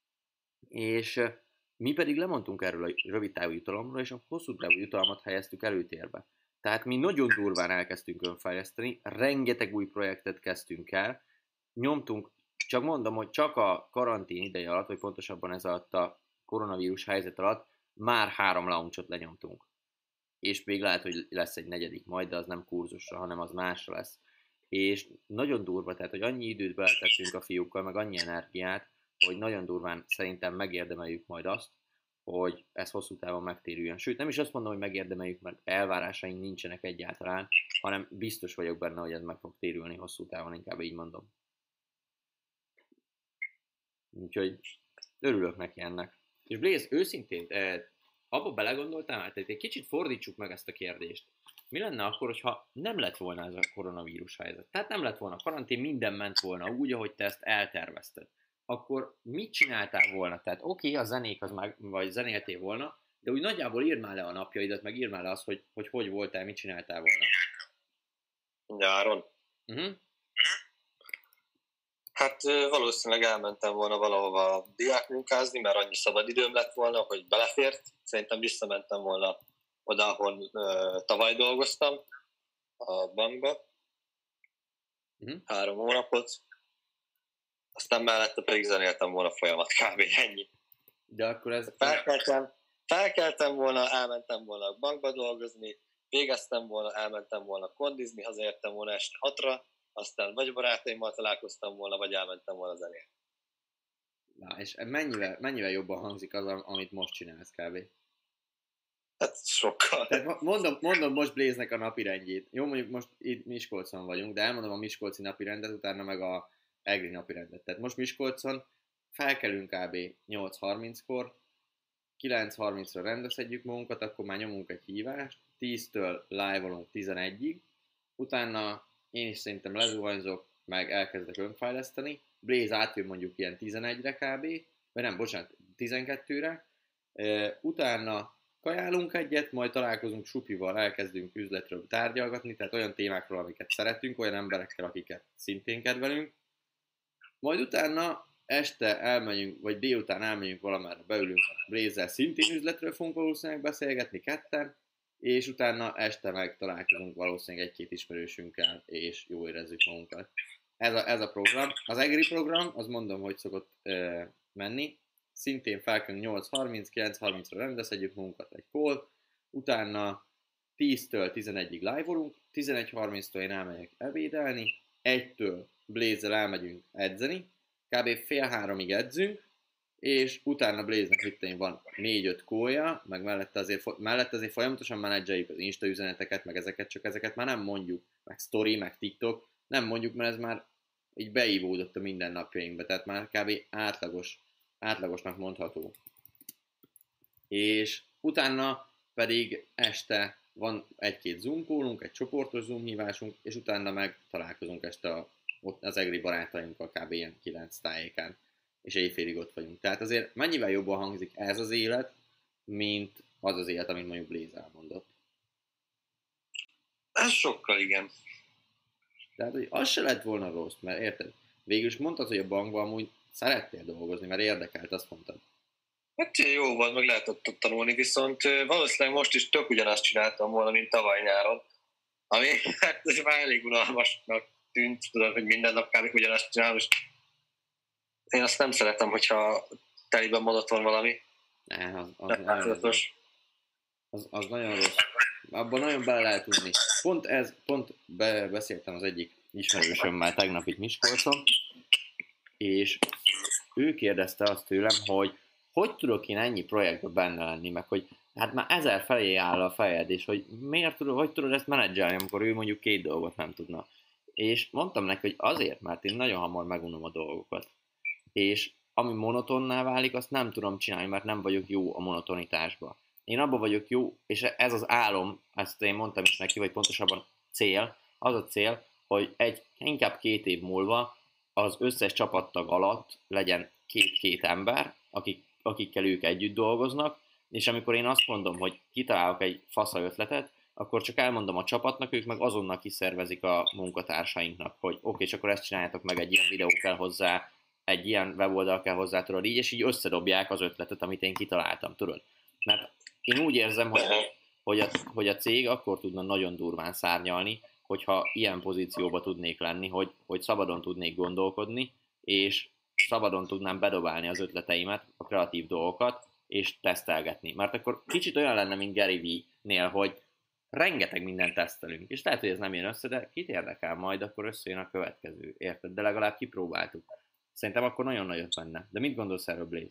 És mi pedig lemondtunk erről a rövid távú jutalomról, és a hosszú távú jutalmat helyeztük előtérbe. Tehát mi nagyon durván elkezdtünk önfejleszteni, rengeteg új projektet kezdtünk el, nyomtunk, csak mondom, hogy csak a karantén ideje alatt, vagy pontosabban ez alatt a koronavírus helyzet alatt már három launchot lenyomtunk. És még lehet, hogy lesz egy negyedik majd, de az nem kurzusra, hanem az másra lesz. És nagyon durva, tehát, hogy annyi időt beletettünk a fiúkkal, meg annyi energiát, hogy nagyon durván szerintem megérdemeljük majd azt, hogy ez hosszú távon megtérüljön. Sőt, nem is azt mondom, hogy megérdemeljük, mert elvárásaink nincsenek egyáltalán, hanem biztos vagyok benne, hogy ez meg fog térülni hosszú távon, inkább így mondom. Úgyhogy örülök neki ennek. És Blaze, őszintén, eh, abba belegondoltál, hát egy kicsit fordítsuk meg ezt a kérdést. Mi lenne akkor, hogyha nem lett volna ez a koronavírus helyzet? Tehát nem lett volna karantén, minden ment volna úgy, ahogy te ezt eltervezted. Akkor mit csináltál volna? Tehát oké, okay, a zenék az meg, vagy zenéltél volna, de úgy nagyjából írd már le a napjaidat, meg írd már le azt, hogy hogy, hogy voltál, mit csináltál volna. Nyáron? Uh-huh. Hát valószínűleg elmentem volna valahova diákmunkázni, mert annyi szabad időm lett volna, hogy belefért. Szerintem visszamentem volna oda, ahol uh, tavaly dolgoztam, a bankba. Uh-huh. Három hónapot. Aztán mellette pedig zenéltem volna folyamat, kb. Ennyi. De akkor ez... Felkeltem, felkeltem volna, elmentem volna a bankba dolgozni, végeztem volna, elmentem volna kondizni, hazaértem volna este hatra, aztán vagy barátaimmal találkoztam volna, vagy elmentem volna zenélni. Na, és mennyivel, mennyivel jobban hangzik az, amit most csinálsz kb? Hát sokkal. Tehát mondom, mondom most Blaze-nek a napirendjét. Jó, mondjuk most itt Miskolcon vagyunk, de elmondom a miskolci napirendet, utána meg a egri napirendet. Tehát most Miskolcon felkelünk kb. nyolc harminckor, kilenc harmincra rendezhetjük magunkat, akkor már nyomunk egy hívást, tíztől live-olunk tizenegyig, utána én is szerintem lezuhanyzok, meg elkezdek önfejleszteni, Blaze átjön mondjuk ilyen tizenegyre kb, vagy nem, bocsánat, tizenkettőre, utána kajálunk egyet, majd találkozunk Supival, elkezdünk üzletről tárgyalgatni, tehát olyan témákról, amiket szeretünk, olyan emberekkel, akiket szintén kedvelünk, majd utána este elmegyünk, vagy délután elmegyünk valamerre, beülünk Blaze-zel, szintén üzletről fogunk valószínűleg beszélgetni ketten, és utána este meg találkozunk valószínűleg egy-két ismerősünkkel, és jól érezzük magunkat. Ez a, ez a program. Az egri program, az mondom, hogy szokott ö, menni. Szintén felkelünk nyolc harminc, kilenc harmincra rendezhetjük magunkat egy call, utána tíztől tizenegyig live-olunk, tizenegy harminctól én elmegyek ebédelni, egytől Blaze-zel elmegyünk edzeni, kb. Fél háromig edzünk, és utána Blaze-nek itt van négy-öt kólja, meg mellette azért, mellette azért folyamatosan menedzseljük az Insta üzeneteket, meg ezeket, csak ezeket már nem mondjuk, meg Story, meg TikTok, nem mondjuk, mert ez már így beívódott a mindennapjainkba, tehát már kb. átlagos, átlagosnak mondható. És utána pedig este van egy-két Zoom callunk, egy csoportos Zoom hívásunk, és utána meg találkozunk este a, az egri barátainkkal kb. Ilyen kilenc tájékán, és éjfélig ott vagyunk. Tehát azért mennyivel jobban hangzik ez az élet, mint az az élet, amit mondjuk Blaze elmondott. Ez sokkal, igen. Tehát, hogy az se lett volna rossz, mert érted? Végül is mondtad, hogy a bankban amúgy szerettél dolgozni, mert érdekelt, azt mondtad. Hát jó volt, meg lehetett ott tanulni, viszont valószínűleg most is tök ugyanazt csináltam volna, mint tavaly nyáron. Ami hát ez már elég unalmasnak tűnt, tudod, hogy minden nap kb. Ugyanazt csinálom, és én azt nem szeretem, hogyha teliben mondott van valami. Ne, az, az, nagyon rossz. Az, az nagyon rossz. Abban nagyon bele lehet tudni. Pont ez, pont be, beszéltem az egyik ismerősömmel tegnap itt Miskolcon, és ő kérdezte azt tőlem, hogy hogy tudok én ennyi projektben benne lenni, meg hogy hát már ezer felé áll a fejed, és hogy miért tudod, hogy tudod ezt menedzselni, amikor ő mondjuk két dolgot nem tudna. És mondtam neki, hogy azért, mert én nagyon hamar megunom a dolgokat. És ami monotonná válik, azt nem tudom csinálni, mert nem vagyok jó a monotonitásba. Én abban vagyok jó, és ez az álom, ezt én mondtam is neki, vagy pontosabban cél, az a cél, hogy egy, inkább két év múlva az összes csapattag alatt legyen két-két ember, akik, akikkel ők együtt dolgoznak, és amikor én azt mondom, hogy kitalálok egy fasza ötletet, akkor csak elmondom a csapatnak, ők meg azonnal kiszervezik a munkatársainknak, hogy oké, okay, és akkor ezt csináljátok meg, egy ilyen videó kell hozzá, egy ilyen weboldal kell hozzá, tudod, így, és így összedobják az ötletet, amit én kitaláltam, tudod. Mert én úgy érzem, hogy, hogy, a, hogy a cég akkor tudna nagyon durván szárnyalni, hogyha ilyen pozícióba tudnék lenni, hogy, hogy szabadon tudnék gondolkodni, és szabadon tudnám bedobálni az ötleteimet, a kreatív dolgokat, és tesztelgetni. Mert akkor kicsit olyan lenne, mint Gary Vee-nél, hogy rengeteg mindent tesztelünk, és lehet, hogy ez nem jön össze, de kit érdekel majd, akkor összejön a következő, érted? De legalább kipróbáltuk. Szerintem akkor nagyon nagyot menne. De mit gondolsz erről, Blaze?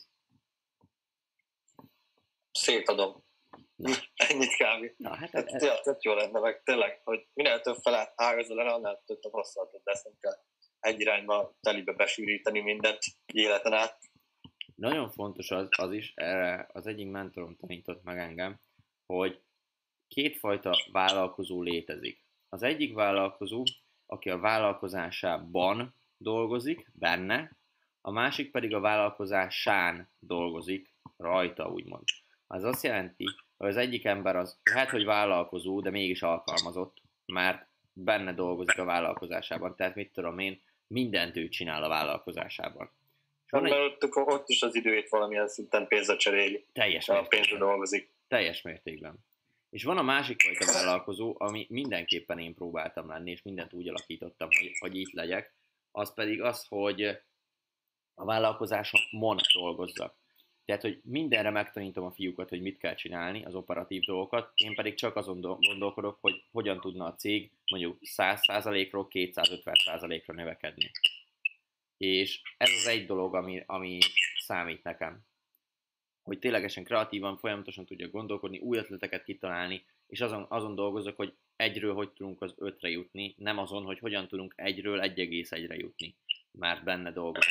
Szétadom. Na. Ennyit kb. Na, hát ez, ez... Ez, ez jó lenne, meg tényleg, hogy minél több felett ágazol el, annál több tapasztalatot lesz, nem kell egy irányba telibe besűríteni mindent életen át. Nagyon fontos az, az is, erre az egyik mentorom tanított meg engem, hogy kétfajta vállalkozó létezik. Az egyik vállalkozó, aki a vállalkozásában dolgozik, benne, a másik pedig a vállalkozásán dolgozik, rajta úgymond. Az azt jelenti, hogy az egyik ember az lehet, hogy vállalkozó, de mégis alkalmazott, mert benne dolgozik a vállalkozásában. Tehát mit tudom én, mindent ő csinál a vállalkozásában. Van egy... ott, ott is az időét valamilyen szinten pénzre cseréli. Teljes mértékben. A pénzre dolgozik. Teljes mértékben. És van a másik fajta vállalkozó, ami mindenképpen én próbáltam lenni, és mindent úgy alakítottam, hogy, hogy itt legyek, az pedig az, hogy a vállalkozásomon dolgozzak. Tehát, hogy mindenre megtanítom a fiúkat, hogy mit kell csinálni, az operatív dolgokat, én pedig csak azon gondolkodok, hogy hogyan tudna a cég mondjuk száz százalékról kétszázötven százalékra növekedni. És ez az egy dolog, ami, ami számít nekem. Hogy ténylegesen kreatívan, folyamatosan tudjak gondolkodni, új ötleteket kitalálni, és azon, azon dolgozok, hogy egyről hogy tudunk az ötre jutni, nem azon, hogy hogyan tudunk egyről egy egész egyre jutni. Már benne dolgozok.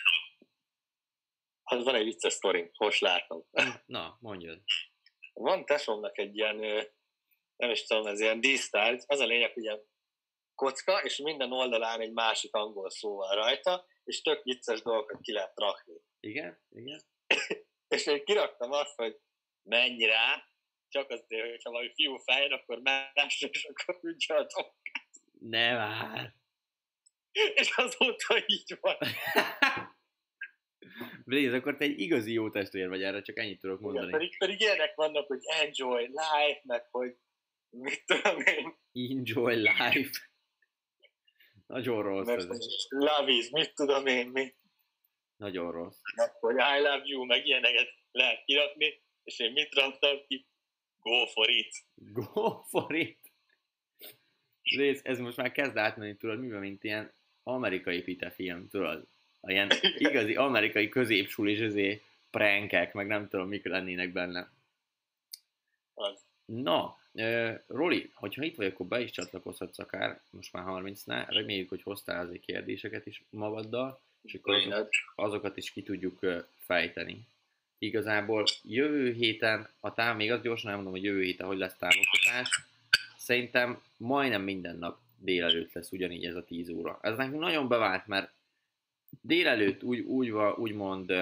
Az van egy vicces sztorim, most látom. Na, mondjad. Van tesómnak egy ilyen, nem is tudom, ez ilyen dísztárgy, az a lényeg, hogy ilyen kocka, és minden oldalán egy másik angol szóval rajta, és tök vicces dolgokat ki lehet rakni. Igen, igen. És én kiraktam azt, hogy menj rá, csak azért, hogyha valami fiú fejl, akkor más, és akkor tudja a dolgokat. Ne vár! És azóta így van. Blaze, akkor te egy igazi jó testvér vagy, erre csak ennyit tudok mondani. Igen, pedig, pedig ilyenek vannak, hogy enjoy life, meg hogy mit tudom én. Enjoy life. Nagyon rossz Meg, ez. love is, mit tudom én, mi. Nagyon rossz. Meg, hogy I love you, meg ilyeneket lehet kirakni, és én mit raktam ki? Go for it. Go for it. Blaze, ez most már kezd átmenni, tudod, mivel, mint ilyen amerikai pite film, tudod? Ilyen igazi amerikai középsulis azért prankek, meg nem tudom, mik lennének benne. Az. Na, uh, Roli, hogyha itt vagy, akkor be is csatlakozhatsz akár, most már harmincnál, reméljük, hogy hoztál azért kérdéseket is magaddal, és akkor azok, azokat is ki tudjuk uh, fejteni. Igazából jövő héten, a táv, még azt gyorsan elmondom, hogy jövő héten hogy lesz távoktatás, szerintem majdnem minden nap délelőtt lesz ugyanígy ez a tíz óra. Ez nekünk nagyon bevált, mert délelőtt úgy, úgy, úgymond,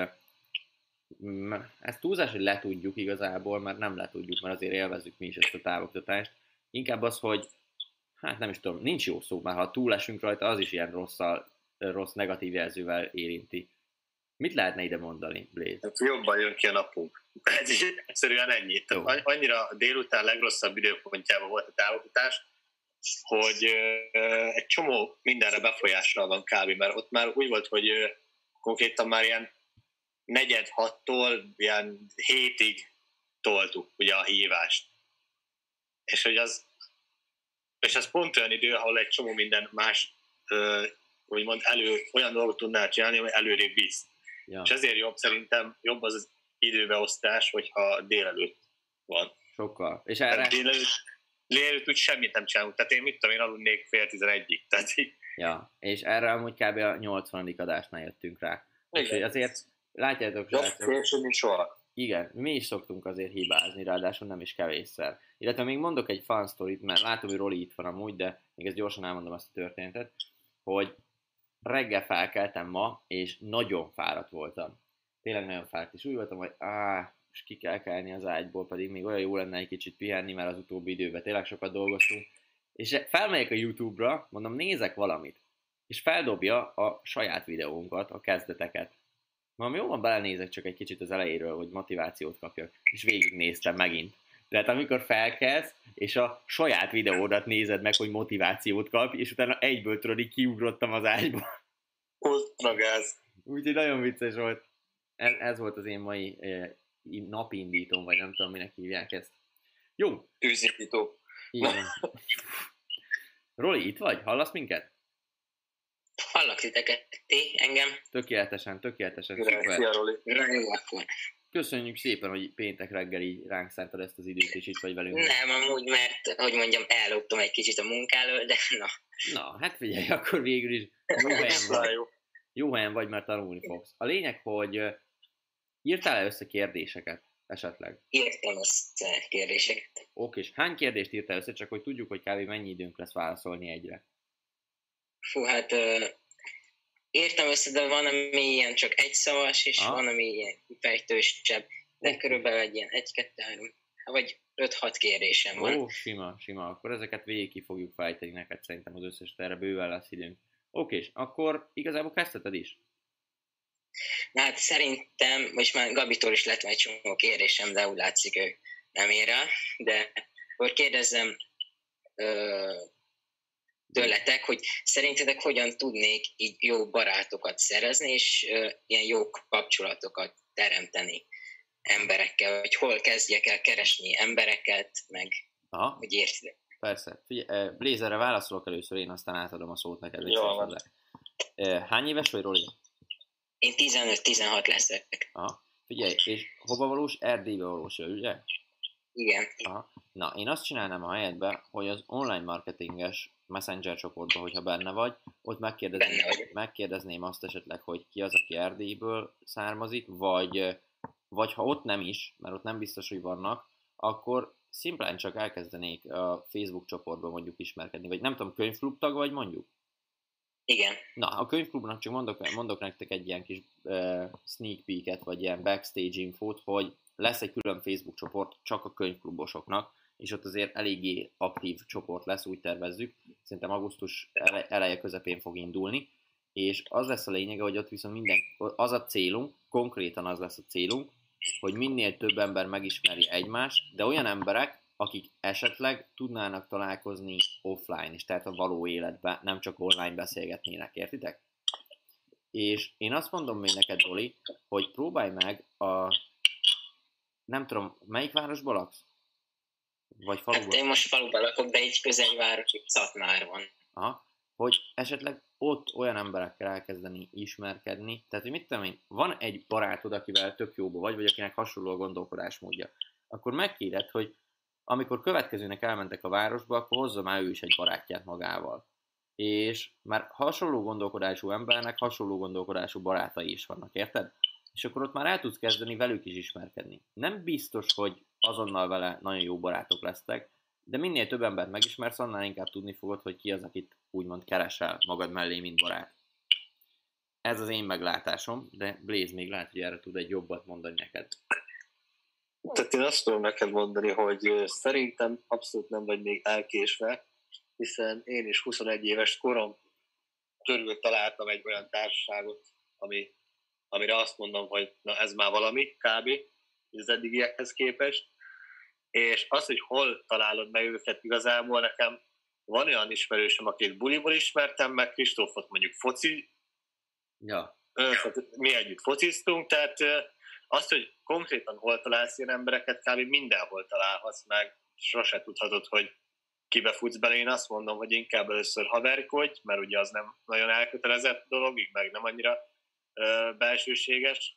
ezt túlzás, hogy letudjuk igazából, mert nem letudjuk, mert azért élvezzük mi is ezt a távoktatást. Inkább az, hogy hát nem is tudom, nincs jó szó, mert ha túlesünk rajta, az is ilyen rosszal, rossz negatív jelzővel érinti. Mit lehetne ide mondani, Blaze? Hát jobban jön ki a napunk. Ez is egyszerűen ennyi. Tehát annyira délután legrosszabb időpontjában volt a távoktatás, hogy uh, egy csomó mindenre befolyással van kb. Mert ott már úgy volt, hogy uh, konkrétan már ilyen negyed hattól ilyen hétig toltuk ugye a hívást. És hogy az és ez pont olyan idő, ahol egy csomó minden más uh, úgymond elő, olyan dolgot tudnál csinálni, ami előrébb visz. Ja. És ezért jobb, szerintem jobb az, az időbeosztás, hogyha délelőtt van. Sokkal. És erre... Délelőtt, délelőtt úgy semmit nem csinálunk. Tehát én mit tudom, én aludnék fél tizenegyig. Tehát így... Ja, és erre amúgy kb. A nyolcvanadik adásnál jöttünk rá. Úgyhogy azért látjátok, srácok. Nincs soha. Igen, mi is szoktunk azért hibázni, ráadásul nem is kevésszer. Illetve még mondok egy fun sztorit, mert látom, hogy Roli itt van amúgy, de még ezt gyorsan elmondom azt a történetet, hogy reggel felkeltem ma, és nagyon fáradt voltam. Tényleg nagyon fáradt, és úgy voltam, hogy áh, és ki kell kelni az ágyból, pedig még olyan jó lenne egy kicsit pihenni, mert az utóbbi időben tényleg sokat dolgoztunk. És felmegyek a YouTube-ra, mondom, nézek valamit, és feldobja a saját videónkat, a kezdeteket. Mondom, jó van, belenézek csak egy kicsit az elejéről, hogy motivációt kapjak, és végignéztem megint. Tehát amikor felkelsz, és a saját videódat nézed meg, hogy motivációt kap, és utána egyből tudod, így kiugrottam az ágyba. Ultra gáz. Úgyhogy nagyon vicces volt. Ez, ez volt az én mai eh, napindítóm, vagy nem tudom, minek hívják ezt. Jó. Tűzindító. Igen. Roli, itt vagy? Hallasz minket? Hallak titeket, ti, engem? Tökéletesen, tökéletesen. Szia, Roli. Jó, akkor. Köszönjük szépen, hogy péntek reggel így ránk szántad ezt az időt, és itt vagy velünk. Nem, amúgy, mert, hogy mondjam, elloptam egy kicsit a munkáról, de na. Na, hát figyelj, akkor végül is jó helyen vagy. Jó helyen vagy, mert tanulni fogsz. A lényeg, hogy írtál-e össze kérdéseket esetleg? Írtam össze kérdéseket. Oké, és hány kérdést írtál össze, csak hogy tudjuk, hogy kb. Mennyi időnk lesz válaszolni egyre? Fú, hát uh, írtam össze, de van, ami ilyen csak egy szavas, és ah. van, ami ilyen kifejtősebb, de körülbelül egy ilyen egy, kettő, három, vagy öt-hat kérdésem van. Ó, sima, sima. Akkor ezeket végig ki fogjuk fejteni neked, szerintem az összes, erre bőven lesz időnk. Oké, és akkor igazából kezdheted is? Na hát szerintem, most már Gabitól is lett egy csomó kérdésem, de úgy látszik, ő nem ér el, de akkor kérdezzem ö, tőletek, hogy szerintetek hogyan tudnék így jó barátokat szerezni, és ö, ilyen jó kapcsolatokat teremteni emberekkel, hogy hol kezdjek el keresni embereket, meg aha. hogy értitek. Persze. Figyelj, Blazerre válaszolok először, én aztán átadom a szót neked. Jó, hány éves vagy, Roli? Én tizenöt-tizenhat leszek. Aha. Figyelj, és hova valós? Erdélybe valós, ugye? Igen. Aha. Na, én azt csinálnám a helyedbe, hogy az online marketinges Messenger csoportban, hogyha benne vagy, ott megkérdezném, megkérdezném azt esetleg, hogy ki az, aki Erdélyből származik, vagy, vagy ha ott nem is, mert ott nem biztos, hogy vannak, akkor szimplán csak elkezdenék a Facebook csoportban mondjuk ismerkedni, vagy nem tudom, könyvklub vagy mondjuk? Igen. Na, a könyvklubnak csak mondok, mondok nektek egy ilyen kis uh, sneak peeket, vagy ilyen backstage infót, hogy lesz egy külön Facebook csoport csak a könyvklubosoknak, és ott azért eléggé aktív csoport lesz, úgy tervezzük. Szerintem augusztus eleje közepén fog indulni, és az lesz a lényege, hogy ott viszont minden, az a célunk, konkrétan az lesz a célunk, hogy minél több ember megismerje egymást, de olyan emberek, akik esetleg tudnának találkozni offline is, tehát a való életben, nem csak online beszélgetnének, értitek? És én azt mondom még neked, Roli, hogy próbálj meg a... Nem tudom, melyik városban laksz? Vagy faluban? Hát én most faluban lakok, de egy közeli város, itt Szatmár van. Aha. Hogy esetleg ott olyan emberekkel elkezdeni ismerkedni, tehát hogy mit tudom én, van egy barátod, akivel tök jóba vagy, vagy akinek hasonló a gondolkodásmódja, akkor megkéred, hogy amikor következőnek elmentek a városba, akkor hozza már ő is egy barátját magával. És már hasonló gondolkodású embernek hasonló gondolkodású barátai is vannak, érted? És akkor ott már el tudsz kezdeni velük is ismerkedni. Nem biztos, hogy azonnal vele nagyon jó barátok lesztek, de minél több embert megismersz, annál inkább tudni fogod, hogy ki az, akit úgymond keresel magad mellé, mint barát. Ez az én meglátásom, de Blaze még lehet, hogy erre tud egy jobbat mondani neked. Tehát én azt tudom neked mondani, hogy szerintem abszolút nem vagy még elkésve, hiszen én is huszonegy éves korom körül találtam egy olyan társaságot, ami, amire azt mondom, hogy na ez már valami, kb. Az eddigiekhez képest. És az, hogy hol találod meg őket igazából, nekem van olyan ismerősöm, akit buliból ismertem meg, Kristófot mondjuk foci, ja. mi együtt fociztunk, tehát azt, hogy konkrétan hol találsz ilyen embereket, kb. Mindenhol találhatsz meg, sose tudhatod, hogy kibe futsz bele. Én azt mondom, hogy inkább először haverkodj, mert ugye az nem nagyon elkötelezett dolog, így meg nem annyira ö, belsőséges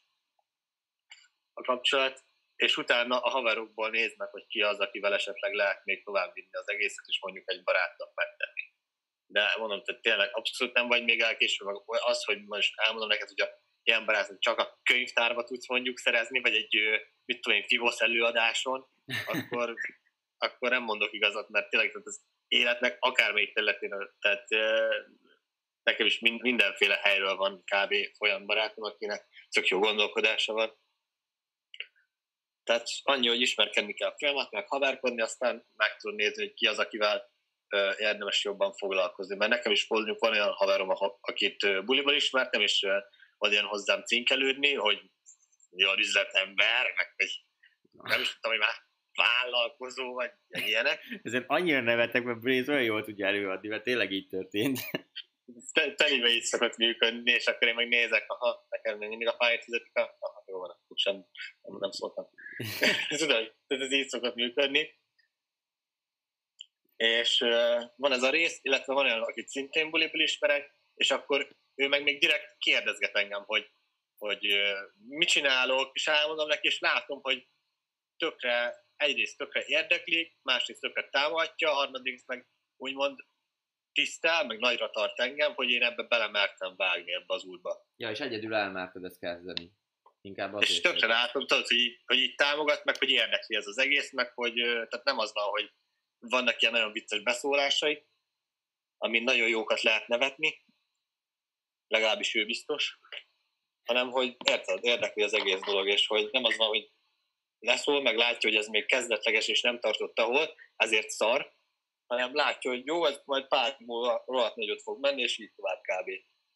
a kapcsolat, és utána a haverokból nézd meg, hogy ki az, akivel esetleg lehet még tovább vinni az egészet, és mondjuk egy barátnak megtenni. De mondom, hogy tényleg abszolút nem vagy még elkésve, meg az, hogy most elmondom neked, hogy a ilyen barátot csak a könyvtárba tudsz mondjuk szerezni, vagy egy, mit tudom én, Fivosz előadáson, akkor, akkor nem mondok igazat, mert tényleg tehát az életnek akármelyik területén, tehát nekem is mindenféle helyről van kb. Olyan barátom, akinek tök jó gondolkodása van. Tehát annyi, hogy ismerkedni kell a folyamat, meg haverkodni, aztán meg tudod nézni, hogy ki az, akivel uh, érdemes jobban foglalkozni. Mert nekem is mondjuk van olyan haverom, akit uh, buliból ismertem, és uh, olyan hozzám cinkelődni, hogy olyan üzletember, meg egy, nem is tudtam, hogy már vállalkozó, vagy ilyenek. Ezen annyira nevetek, mert Blaze olyan jól tudja előadni, mert tényleg így történt. Telibe így szokott működni, és akkor én meg nézek, aha, nekem mindig a fájt fizetik, aha, jó van, akkor sem, nem, nem szóltam. Tudod, ez így szokott működni. És uh, van ez a rész, illetve van olyan, akit szintén buliból ismerek, és akkor ő meg még direkt kérdezget engem, hogy, hogy uh, mit csinálok, és elmondom neki, és látom, hogy tökre, egyrészt tökre érdekli, másrészt tökre támogatja, harmadrészt meg úgymond tisztel, meg nagyra tart engem, hogy én ebbe belemertem vágni ebbe az útba. Ja, és egyedül elmerted ezt kezdeni. Inkább azért. És tökre látom, tudod, hogy így, hogy így támogat, meg hogy érdekli ez az egész, meg hogy tehát nem az van, hogy vannak ilyen nagyon vicces beszólásai, amin nagyon jókat lehet nevetni, legalábbis ő biztos, hanem hogy érted, érdekli az egész dolog, és hogy nem az van, hogy leszól, meg látja, hogy ez még kezdetleges, és nem tartott ahol, ezért szar, hanem látja, hogy jó, ez majd pár múlva rohadt nagyot fog menni, és így tovább kb.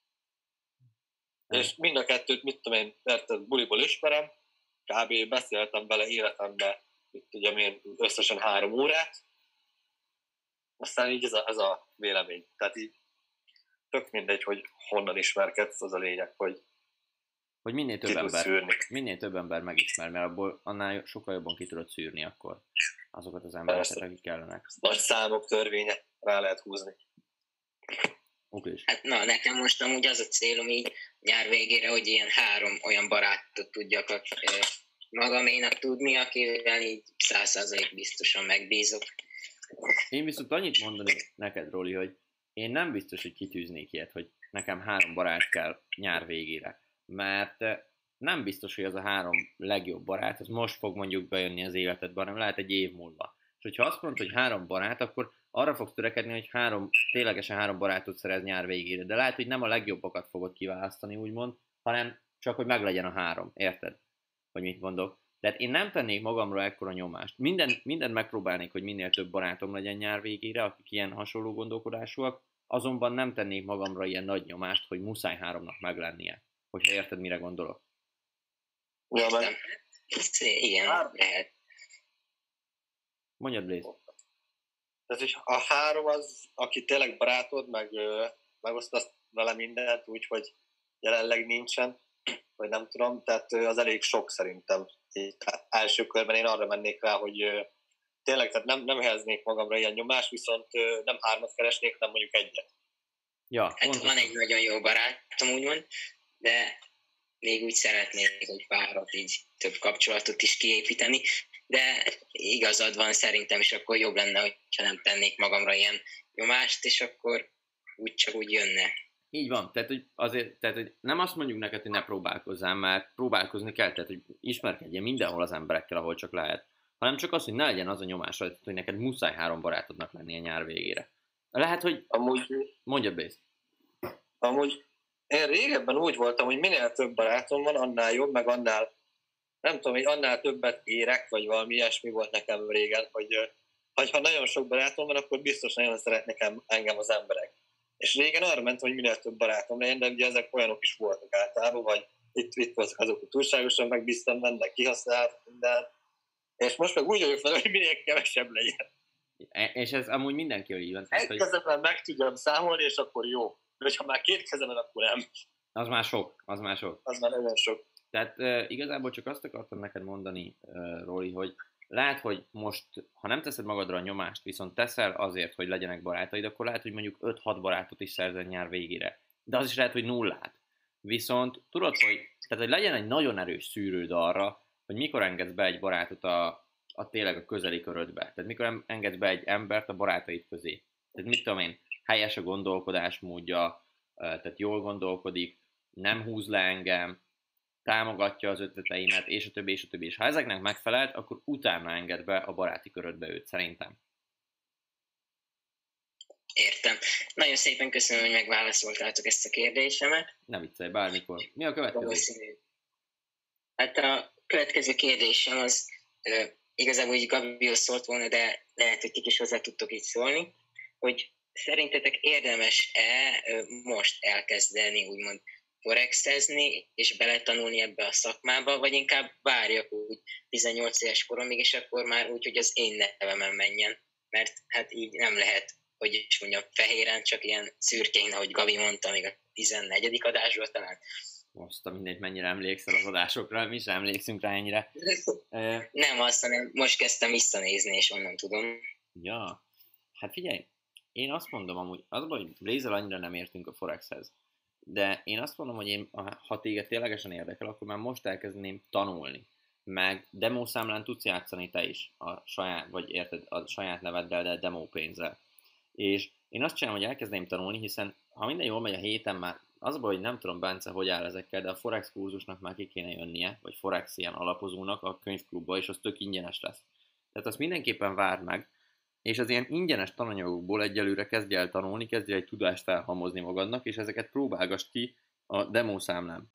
És mind a kettőt, mit tudom én, érted, buliból ismerem, kb. Beszéltem vele életemben, itt ugye én összesen három órát, aztán így ez a, ez a vélemény. Tehát így tök mindegy, hogy honnan ismerkedsz, az a lényeg, hogy hogy minél több, ember, minél több ember megismer, mert abból annál sokkal jobban ki tudod szűrni akkor azokat az embereket, persze, akik kellenek. Nagy számok törvénye, rá lehet húzni. Oké. Hát na, nekem most amúgy az a célom így nyár végére, hogy ilyen három olyan barátot tudjak magaménak tudni, akivel így száz százalék biztosan megbízok. Én viszont annyit mondani neked, Roli, hogy én nem biztos, hogy kitűznék ilyet, hogy nekem három barát kell nyár végére. Mert nem biztos, hogy az a három legjobb barát, az most fog mondjuk bejönni az életedbe, hanem lehet egy év múlva. És hogyha azt mondod, hogy három barát, akkor arra fogsz törekedni, hogy három, ténylegesen három barátot szerez nyár végére. De lehet, hogy nem a legjobbakat fogod kiválasztani, úgymond, hanem csak, hogy meglegyen a három. Érted? Hogy mit mondok? Tehát én nem tennék magamra ekkora nyomást. Minden, mindent megpróbálnék, hogy minél több barátom legyen nyár végére, akik ilyen hasonló gondolkodásúak, azonban nem tennék magamra ilyen nagy nyomást, hogy muszáj háromnak meglennie. Hogyha érted, mire gondolok. Ja, Értem. meg Ez igen, Hár- lehet. Mondjad, Blaze. tehát, hogy a három az, aki tényleg barátod, meg ö, megosztasz vele mindent, úgyhogy jelenleg nincsen, vagy nem tudom, tehát ö, az elég sok szerintem. Így, tehát első körben én arra mennék rá, hogy ö, tényleg tehát nem, nem helyeznék magamra ilyen nyomást, viszont ö, nem hármat keresnék, hanem mondjuk egyet. Ja, Hát pontosan. van egy nagyon jó barátom, úgymond, de még úgy szeretnék, hogy párat így több kapcsolatot is kiépíteni, de igazad van szerintem, és akkor jobb lenne, hogyha nem tennék magamra ilyen nyomást, és akkor úgy csak úgy jönne. Így van, tehát hogy, azért, tehát, hogy nem azt mondjuk neked, hogy ne próbálkozzál, mert próbálkozni kell, tehát hogy ismerkedjél mindenhol az emberekkel, ahol csak lehet, hanem csak az, hogy ne legyen az a nyomás rajtad, hogy neked muszáj három barátodnak lenni a nyár végére. Lehet, hogy... Amúgy, Mondjad, Bész. amúgy én régebben úgy voltam, hogy minél több barátom van, annál jobb, meg annál, nem tudom, hogy annál többet érek, vagy valami ilyesmi volt nekem régen, hogy ö, hogy ha nagyon sok barátom van, akkor biztos nagyon szeretnek em- engem az emberek. És régen arra ment, hogy minél több barátom legyen, de ugye ezek olyanok is voltak általában, vagy itt, itt voltak azok, hogy túlságosan megbíztam benne, kihasznált minden. És most meg úgy vagyok fel, hogy minél kevesebb legyen. E- És ez amúgy mindenki így van. Tehát, Egy hogy kezemben meg tudjam számolni, és akkor jó. De ha már két kezemen, akkor nem. az már sok, az már sok. Az már nagyon sok. Tehát uh, igazából csak azt akartam neked mondani, uh, Roli, hogy lehet, hogy most, ha nem teszed magadra a nyomást, viszont teszel azért, hogy legyenek barátaid, akkor lehet, hogy mondjuk öt-hat barátot is szerzel nyár végére. De az is lehet, hogy nullát. Viszont tudod, hogy, tehát, hogy legyen egy nagyon erős szűrőd arra, hogy mikor engedsz be egy barátot a, a tényleg a közeli körödbe. Tehát mikor engedsz be egy embert a barátaid közé. Tehát mit tudom én, helyes a gondolkodásmódja, tehát jól gondolkodik, nem húz le engem, támogatja az ötleteimet, és a többi, és a többi. És ha ezeknek megfelelt, akkor utána enged be a baráti körödbe őt, szerintem. Értem. Nagyon szépen köszönöm, hogy megválaszoltátok ezt a kérdésemet. Ne viccelj, bármikor. Mi a következő? Valószínű. Hát a következő kérdésem az ö, igazából így Gabihoz szólt volna, de lehet, hogy ti is hozzá tudtok így szólni, hogy szerintetek érdemes-e ö, most elkezdeni úgymond forexezni, és beletanulni ebbe a szakmába, vagy inkább várjak úgy tizennyolc éves koromig, és akkor már úgy, hogy az én nevemen menjen. Mert hát így nem lehet, hogy is mondjam, fehéren, csak ilyen szürkén, ahogy Gabi mondta, még a tizennegyedik adásról talán. Most a mindegy, mennyire emlékszel az adásokra, mi sem emlékszünk rá ennyire. E, Nem azt, hanem most kezdtem visszanézni, és onnan tudom. ja, hát figyelj, én azt mondom amúgy, az baj, hogy Blaze-el annyira nem értünk a Forexhez. De én azt mondom, hogy én, ha téged ténylegesen érdekel, akkor már most elkezdeném tanulni. Meg demószámlán tudsz játszani te is, a saját, vagy érted, a saját neveddel, de demo pénzzel. És én azt csinálom, hogy elkezdeném tanulni, hiszen ha minden jól megy a héten már, az a baj, hogy nem tudom, Bence, hogy áll ezekkel, de a Forex kurzusnak már ki kéne jönnie, vagy Forex ilyen alapozónak a könyvklubba, és az tök ingyenes lesz. Tehát azt mindenképpen várd meg, és az ilyen ingyenes tananyagokból egyelőre kezdj el tanulni, kezdj el egy tudást felhalmozni magadnak, és ezeket próbálgass ki a demószámlán.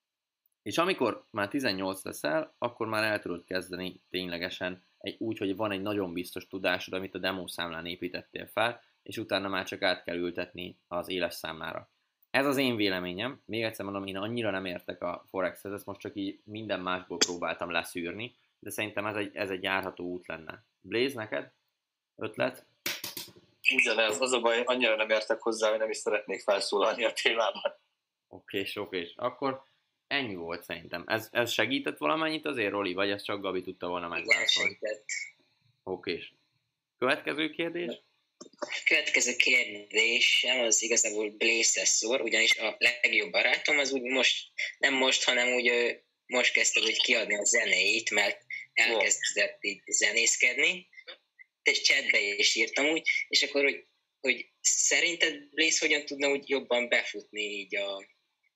És amikor már tizennyolc leszel, akkor már el tudod kezdeni ténylegesen egy, úgy, hogy van egy nagyon biztos tudásod, amit a demószámlán építettél fel, és utána már csak át kell ültetni az éles számlára. Ez az én véleményem, még egyszer mondom, én annyira nem értek a Forexhez, ezt most csak így minden másból próbáltam leszűrni, de szerintem ez egy, ez egy járható út lenne. Blaze, neked? Ötlet? Ugyanez, az a baj, annyira nem értek hozzá, hogy nem is szeretnék felszólalni a témában. Oké, oké. Akkor ennyi volt szerintem. Ez, ez segített valamennyit azért, Roli, vagy ez csak Gabi tudta volna Igen, megválaszolni? segített. Oké. Következő kérdés? A következő kérdésem az igazából Blaze-hez szól, ugyanis a legjobb barátom az úgy most, nem most, hanem úgy ö, most kezdte úgy kiadni a zenéit, mert elkezdett így zenészkedni, és chatbe is írtam úgy, és akkor, hogy, hogy szerinted Blaze hogyan tudna úgy jobban befutni így a...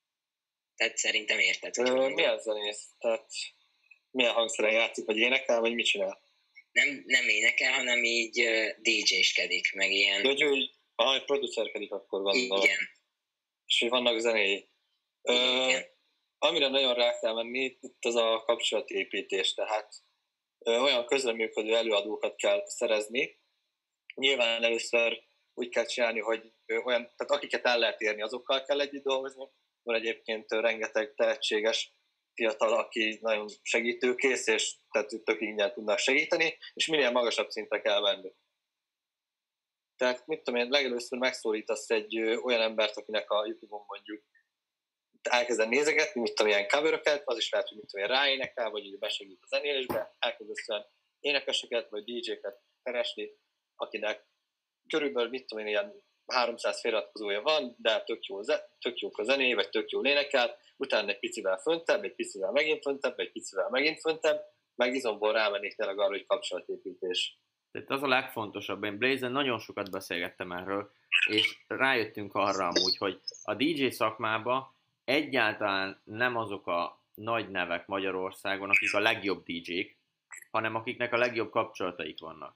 Tehát szerintem érted, hogy Ö, milyen zenész? Tehát milyen hangszeren játszik, vagy énekel, vagy mit csinál? nem, nem énekel, hanem így uh, dé dzséskedik, meg ilyen... Hogy ő, ahogy producerkedik, akkor gondolom. Igen. És hogy vannak zenéi. Ö, Igen. amire nagyon rá kell menni, itt az a kapcsolatépítés, tehát ö, olyan közreműködő előadókat kell szerezni. Nyilván először úgy kell csinálni, hogy olyan, tehát akiket el lehet érni, azokkal kell együtt dolgozni. Van egyébként rengeteg tehetséges fiatal, aki nagyon segítőkész, és tehát tök ingyen tudnak segíteni, és minél magasabb szintre kell menni. Tehát mit tudom én, legelőször megszólítasz egy olyan embert, akinek a YouTube-on mondjuk elkezded nézegetni, mit tudom, ilyen coveröket, az is lehet, hogy mit tudom, ráénekel, vagy így besegít a zenélésbe, elkezdesz olyan énekeseket, vagy dé dzsé-ket keresni, akinek körülbelül, mit tudom én, ilyen háromszáz feliratkozója van, de tök jó, tök jó a zené, vagy tök jó énekel, utána egy picivel föntebb, egy picivel megint föntebb, egy picivel megint föntebb, meg izomból rámennék tényleg arra, hogy kapcsolatépítés. Tehát az a legfontosabb, én Blazen nagyon sokat beszélgettem erről, és rájöttünk arra amúgy, hogy a dé dzsé szakmában egyáltalán nem azok a nagy nevek Magyarországon, akik a legjobb dé dzsék, hanem akiknek a legjobb kapcsolataik vannak.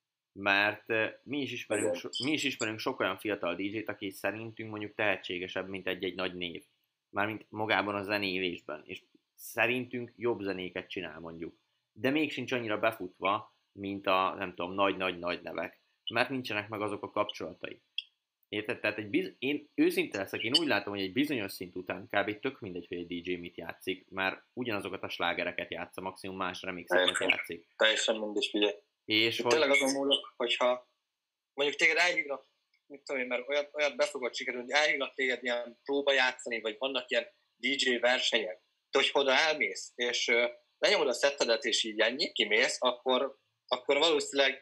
Mert mi is ismerünk, so, mi is ismerünk sok olyan fiatal dé dzsét, aki szerintünk mondjuk tehetségesebb, mint egy-egy nagy név. Mármint magában a zenélésben. És szerintünk jobb zenéket csinál mondjuk. De még sincs annyira befutva, mint a, nem tudom, nagy-nagy-nagy nevek. Mert nincsenek meg azok a kapcsolatai. Érted? Tehát egy biz... én őszinte leszek, én úgy látom, hogy egy bizonyos szint után kb. Tök mindegy, hogy egy dé dzsé mit játszik, már ugyanazokat a slágereket játsza, maximum más remixeket játszik. Teljesen mindegy, figyelj. És hogy... tényleg azon múlok, hogyha mondjuk téged elhívnak, mit tudom én, mert olyat, olyat befogod sikerülni, elhívnak téged ilyen próba játszani, vagy vannak ilyen dé dzsé versenyek, de hogy oda elmész, és uh, lenyomod a szettedet, és így ennyi, kimész, akkor, akkor valószínűleg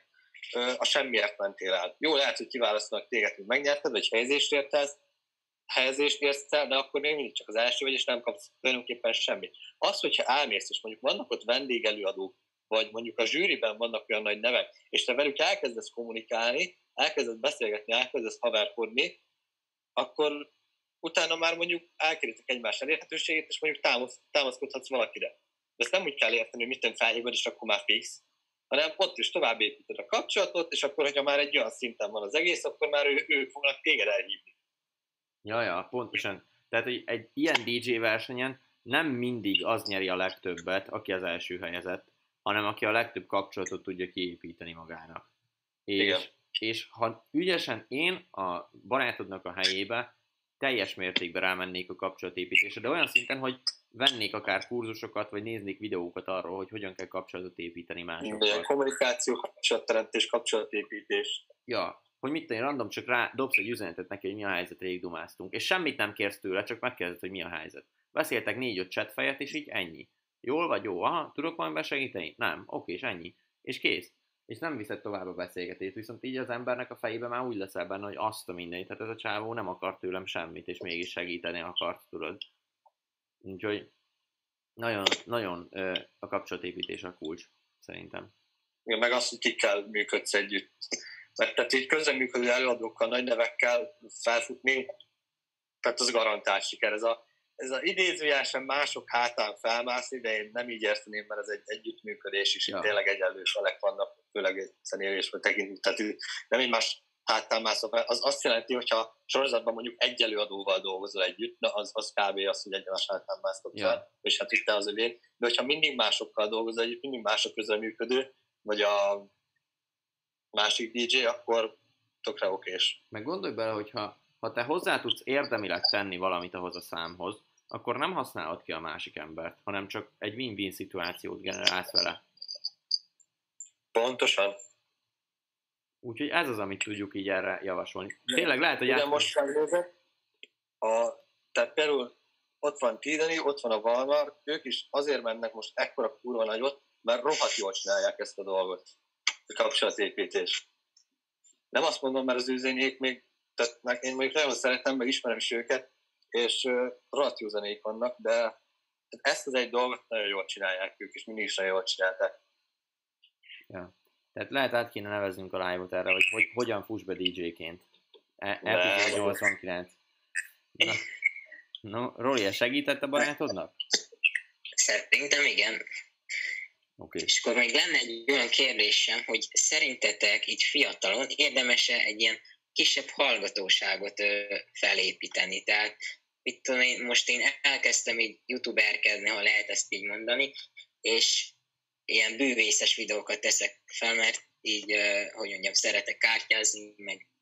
a semmiért mentél el. Jó, lehet, hogy kiválasztanak téged, hogy megnyerted, vagy helyezést értesz, helyezést érsz el, de akkor még mindig csak az első vagy, és nem kapsz tulajdonképpen semmit. Az, hogyha elmész, és mondjuk vannak ott vendégelőadók, vagy mondjuk a zsűriben vannak olyan nagy nevek, és te velük elkezdesz kommunikálni, elkezdesz beszélgetni, elkezdesz haverkodni, akkor utána már mondjuk elkerültek egymás elérhetőségét, és mondjuk támasz, támaszkodhatsz valakire. De ezt nem úgy kell érteni, hogy mitten felhívod, és akkor már fix, hanem ott is tovább építed a kapcsolatot, és akkor, hogyha már egy olyan szinten van az egész, akkor már ő, ők fognak téged elhívni. Ja, ja, pontosan. Tehát, hogy egy ilyen dé dzsé versenyen nem mindig az nyeri a legtöbbet, aki az első helyezett, hanem aki a legtöbb kapcsolatot tudja kiépíteni magának. És, és ha ügyesen én a barátodnak a helyébe teljes mértékben rámennék a kapcsolatépítésre, de olyan szinten, hogy vennék akár kurzusokat, vagy néznék videókat arról, hogy hogyan kell kapcsolatot építeni másokkal. Kommunikáció, kapcsolatteremtés, kapcsolatépítés. Ja, hogy mit tenni, random csak rá dobsz egy üzenetet neki, hogy mi a helyzet, rég dumáztunk. És semmit nem kérsz tőle, csak megkérdezed, hogy mi a helyzet. Beszéltek négy-öt chatfejet, és így ennyi. Jól vagy jó? Aha, tudok valamiben segíteni? Nem. Oké, és ennyi. És kész. És nem viszed tovább a beszélgetést, viszont így az embernek a fejében már úgy leszel benne, hogy azt a mindenit. Tehát ez a csávó nem akart tőlem semmit, és mégis segíteni akart, tudod. Úgyhogy nagyon, nagyon a kapcsolatépítés a kulcs, szerintem. Igen, meg azt, hogy kikkel működsz együtt. Mert tehát így közreműködő előadókkal, nagy nevekkel felfutni, tehát az garantált siker. Ez a, ez a idézőjelesen mások hátán felmászni, de én nem így érteném, mert ez egy együttműködés is, ja. Itt tényleg egyenlő felek vannak, főleg zenélésben tekintünk, tehát nem egymás hátán mászok. Az azt jelenti, hogyha sorozatban mondjuk egy előadóval dolgozol együtt, na az, az kb. Az, hogy egymás hátán másztok fel, ja. És hát itt az övé. De hogyha mindig másokkal dolgozol együtt, mindig mások közreműködő, vagy a másik dé dzsé, akkor tökre okés. Meg gondolj bele, hogyha ha te hozzá tudsz érdemileg tenni valamit ahhoz a számhoz, akkor nem használod ki a másik embert, hanem csak egy win-win szituációt generálsz vele. Pontosan. Úgyhogy ez az, amit tudjuk így erre javasolni. Tényleg lehet, hogy... Át... most megnézek, a, tehát például ott van Tidani, ott van a Valmar, ők is azért mennek most ekkora kurva nagyot, mert rohadt jól csinálják ezt a dolgot. A kapcsolatépítés. Nem azt mondom, mert az ő zenék még, tehát én még nagyon szeretem, meg ismerem is őket, és uh, rohadt jó zenék vannak, de ezt az egy dolgot nagyon jól csinálják ők, és mindig is nagyon jól csinálták. Ja. Tehát lehet át kéne neveznünk a live-ot erre, hogy, hogy hogyan fuss be dé dzséként. Epizód nyolcvankilenc. Na, no, Roli, ez segített a barátodnak? Szerintem igen. Okay. És akkor még lenne egy olyan kérdésem, hogy szerintetek így fiatalon érdemes-e egy ilyen kisebb hallgatóságot ö, felépíteni? Tehát mit tudom én, most én elkezdtem így youtuberkedni, ha lehet ezt így mondani, és ilyen bűvészes videókat teszek fel, mert így, uh, hogy mondjam, szeretek kártyázni, meg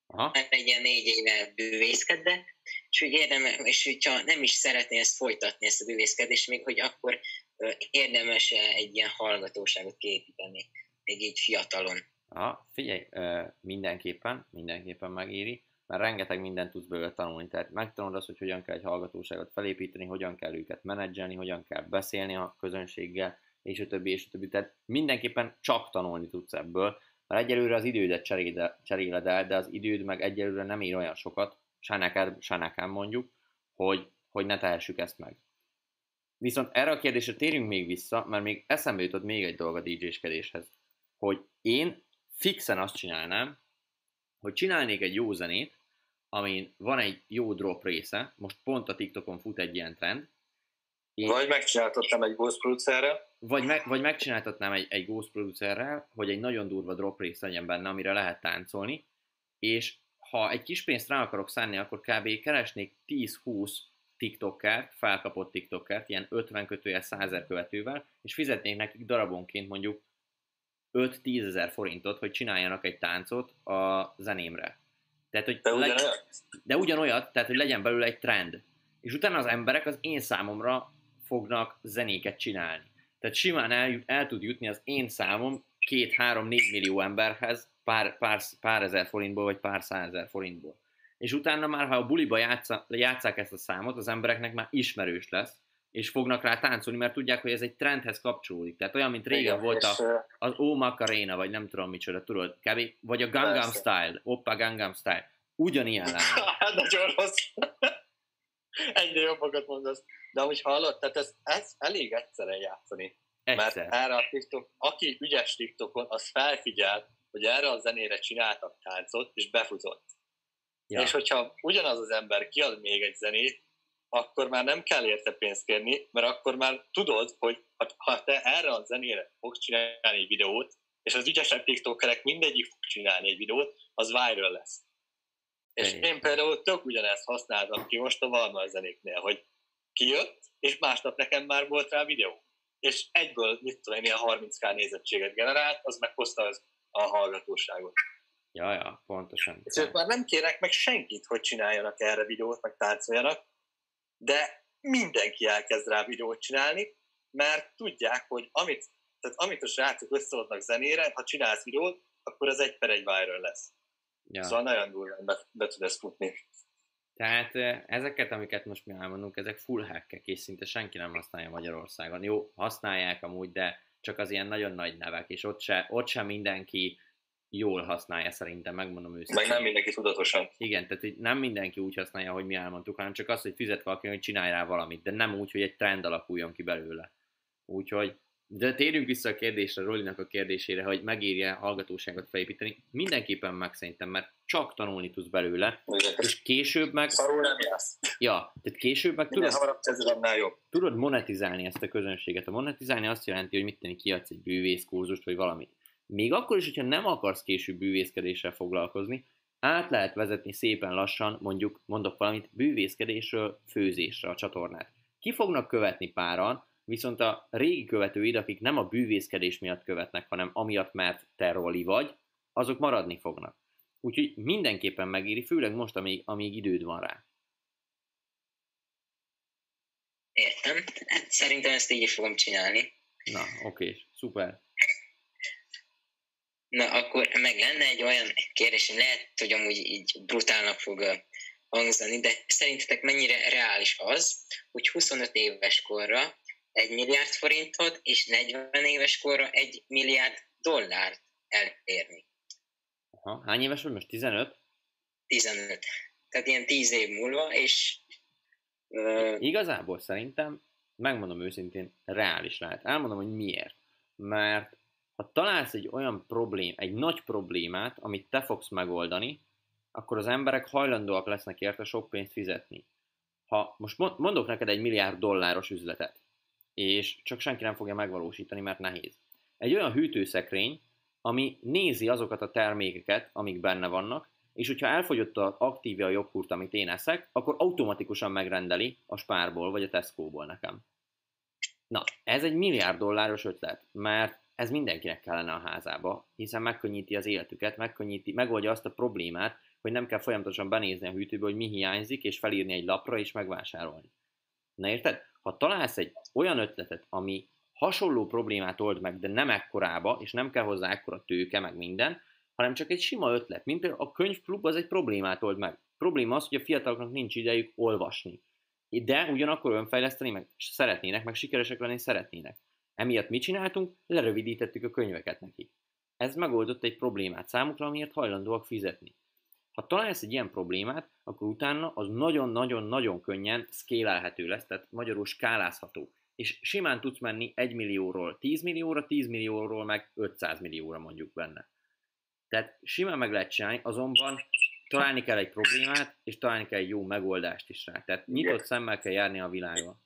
Aha. egy ilyen négy éve bűvészkedve, és úgy érdemes, és hogyha nem is szeretné ezt folytatni, ezt a bűvészkedést, még hogy akkor érdemes egy ilyen hallgatóságot kiépíteni, még így fiatalon. Aha, figyelj, mindenképpen, mindenképpen megéri, mert rengeteg mindent tudsz belőle tanulni, tehát megtanulod azt, hogy hogyan kell egy hallgatóságot felépíteni, hogyan kell őket menedzselni, hogyan kell beszélni a közönséggel, és a többi, és a többi, tehát mindenképpen csak tanulni tudsz ebből, mert egyelőre az idődet cseréled el, de az időd meg egyelőre nem ér olyan sokat, se neked, se nekem mondjuk, hogy, hogy ne tehessük ezt meg. Viszont erre a kérdésre térjünk még vissza, mert még eszembe jutott még egy dolog a dé dzséskedéshez, hogy én fixen azt csinálnám, hogy csinálnék egy jó zenét, amin van egy jó drop része, most pont a TikTokon fut egy ilyen trend. Én... Vagy megcsináltatnám egy ghost producerrel. Vagy, meg, vagy megcsináltatnám egy, egy ghost producerrel, hogy egy nagyon durva drop rész legyen benne, amire lehet táncolni, és ha egy kis pénzt rá akarok szánni, akkor kb. Keresnék tíz-húsz TikTokert, felkapott TikTokert, ilyen ötven kötőjel százezer követővel, és fizetnék nekik darabonként mondjuk öt-tízezer forintot, hogy csináljanak egy táncot a zenémre. Tehát, hogy de, legy... ugyanolyat? de ugyanolyat, tehát, hogy legyen belőle egy trend. És utána az emberek az én számomra fognak zenéket csinálni. Tehát simán el, el tud jutni az én számom két-három-négy millió emberhez pár, pár, pár ezer forintból, vagy pár százezer forintból. És utána már, ha a buliba játsza, játsszák ezt a számot, az embereknek már ismerős lesz, és fognak rá táncolni, mert tudják, hogy ez egy trendhez kapcsolódik. Tehát olyan, mint régen igen, volt a, az O Macarena, vagy nem tudom micsoda, tudod, kb. Vagy a Gangnam persze. Style, Oppa Gangnam Style. Ugyanilyen lenne. Hát nagyon rossz. Egyre jobbakat mondasz. De amúgy hallod, tehát ez, ez elég egyszerűen játszani. Egyszer. Mert erre a TikTok, aki ügyes TikTokon, az felfigyel, hogy erre a zenére csináltak táncot, és befutott. Ja. És hogyha ugyanaz az ember kiad még egy zenét, akkor már nem kell érte pénzt kérni, mert akkor már tudod, hogy ha te erre a zenére fogsz csinálni egy videót, és az ügyesebb TikTokerek mindegyik fog csinálni egy videót, az viral lesz. És én, én például tök ugyanezt használtam ki most a Varma zenéknél, hogy kijött, és másnap nekem már volt rá videó. És egyből, mit tudom én, ilyen harminc k nézettséget generált, az meghozta az a hallgatóságot. Ja, ja, pontosan. És ők már nem kérnek meg senkit, hogy csináljanak erre videót, meg táncoljanak, de mindenki elkezd rá videót csinálni, mert tudják, hogy amit, tehát amit a srácok összeadnak zenére, ha csinálsz videót, akkor az egy per egy viral lesz. Ja. Szóval nagyon durván be, be tud ezt futni. Tehát ezeket, amiket most mi elmondunk, ezek full hackek, és szinte senki nem használja Magyarországon. Jó, használják amúgy, de csak az ilyen nagyon nagy nevek, és ott se, ott sem mindenki jól használja szerintem, megmondom őszintén. Meg nem mindenki tudatosan. Igen, tehát nem mindenki úgy használja, hogy mi elmondtuk, hanem csak az, hogy fizet valaki, hogy csinálj rá valamit, de nem úgy, hogy egy trend alakuljon ki belőle. Úgyhogy, de térjünk vissza a kérdésre, Rollinak a kérdésére, hogy megérje hallgatóságot felépíteni. Mindenképpen meg szerintem, mert csak tanulni tudsz belőle, igen. És később meg... Szarul nem jársz. Ja, tehát később meg tudod, jobb. tudod monetizálni ezt a közönséget. A monetizálni azt jelenti, hogy mit tenni, kiadsz egy bűvészkurzust, vagy valamit. Még akkor is, hogyha nem akarsz később bűvészkedéssel foglalkozni, át lehet vezetni szépen lassan, mondjuk, mondok valamit, bűvészkedésről főzésre a csatornát. Ki fognak követni páran, viszont a régi követőid, akik nem a bűvészkedés miatt követnek, hanem amiatt, mert te Rolli vagy, azok maradni fognak. Úgyhogy mindenképpen megéri, főleg most, amíg, amíg időd van rá. Értem. Szerintem ezt így is fogom csinálni. Na, oké, szuper. Na, akkor meg lenne egy olyan kérdésem, lehet, hogy amúgy így brutálnak fog hangzani, de szerintetek mennyire reális az, hogy huszonöt éves korra egy milliárd forintot és negyven éves korra egy milliárd dollárt elérni? Aha. Hány éves vagy most? tizenöt? tizenöt. Tehát ilyen tíz év múlva, és... Uh... Igazából szerintem, megmondom őszintén, reális lehet. Elmondom, hogy miért. Mert ha találsz egy olyan problém, egy nagy problémát, amit te fogsz megoldani, akkor az emberek hajlandóak lesznek érte sok pénzt fizetni. Ha most mondok neked egy milliárd dolláros üzletet, és csak senki nem fogja megvalósítani, mert nehéz. Egy olyan hűtőszekrény, ami nézi azokat a termékeket, amik benne vannak, és hogyha elfogyott az Activia joghurt, amit én eszek, akkor automatikusan megrendeli a Spárból, vagy a Tesco-ból nekem. Na, ez egy milliárd dolláros ötlet, mert ez mindenkinek kellene a házába, hiszen megkönnyíti az életüket, megkönnyíti, megoldja azt a problémát, hogy nem kell folyamatosan benézni a hűtőbe, hogy mi hiányzik, és felírni egy lapra, és megvásárolni. Na érted? Ha találsz egy olyan ötletet, ami hasonló problémát old meg, de nem ekkorába, és nem kell hozzá ekkora tőke, meg minden, hanem csak egy sima ötlet, mint például a könyvklub, az egy problémát old meg. Probléma az, hogy a fiataloknak nincs idejük olvasni. De ugyanakkor önfejleszteni, meg szeretnének, meg sikeresek lenni szeretnének. Emiatt mit csináltunk? Lerövidítettük a könyveket nekik. Ez megoldott egy problémát számukra, amiért hajlandóak fizetni. Ha találsz egy ilyen problémát, akkor utána az nagyon-nagyon-nagyon könnyen szkélelhető lesz, tehát magyarul skálázható. És simán tudsz menni egy millióról tíz millióra, tíz millióról meg ötszáz millióra mondjuk benne. Tehát simán meg lehet csinálni, azonban találni kell egy problémát, és találni kell egy jó megoldást is rá. Tehát nyitott szemmel kell járni a világba.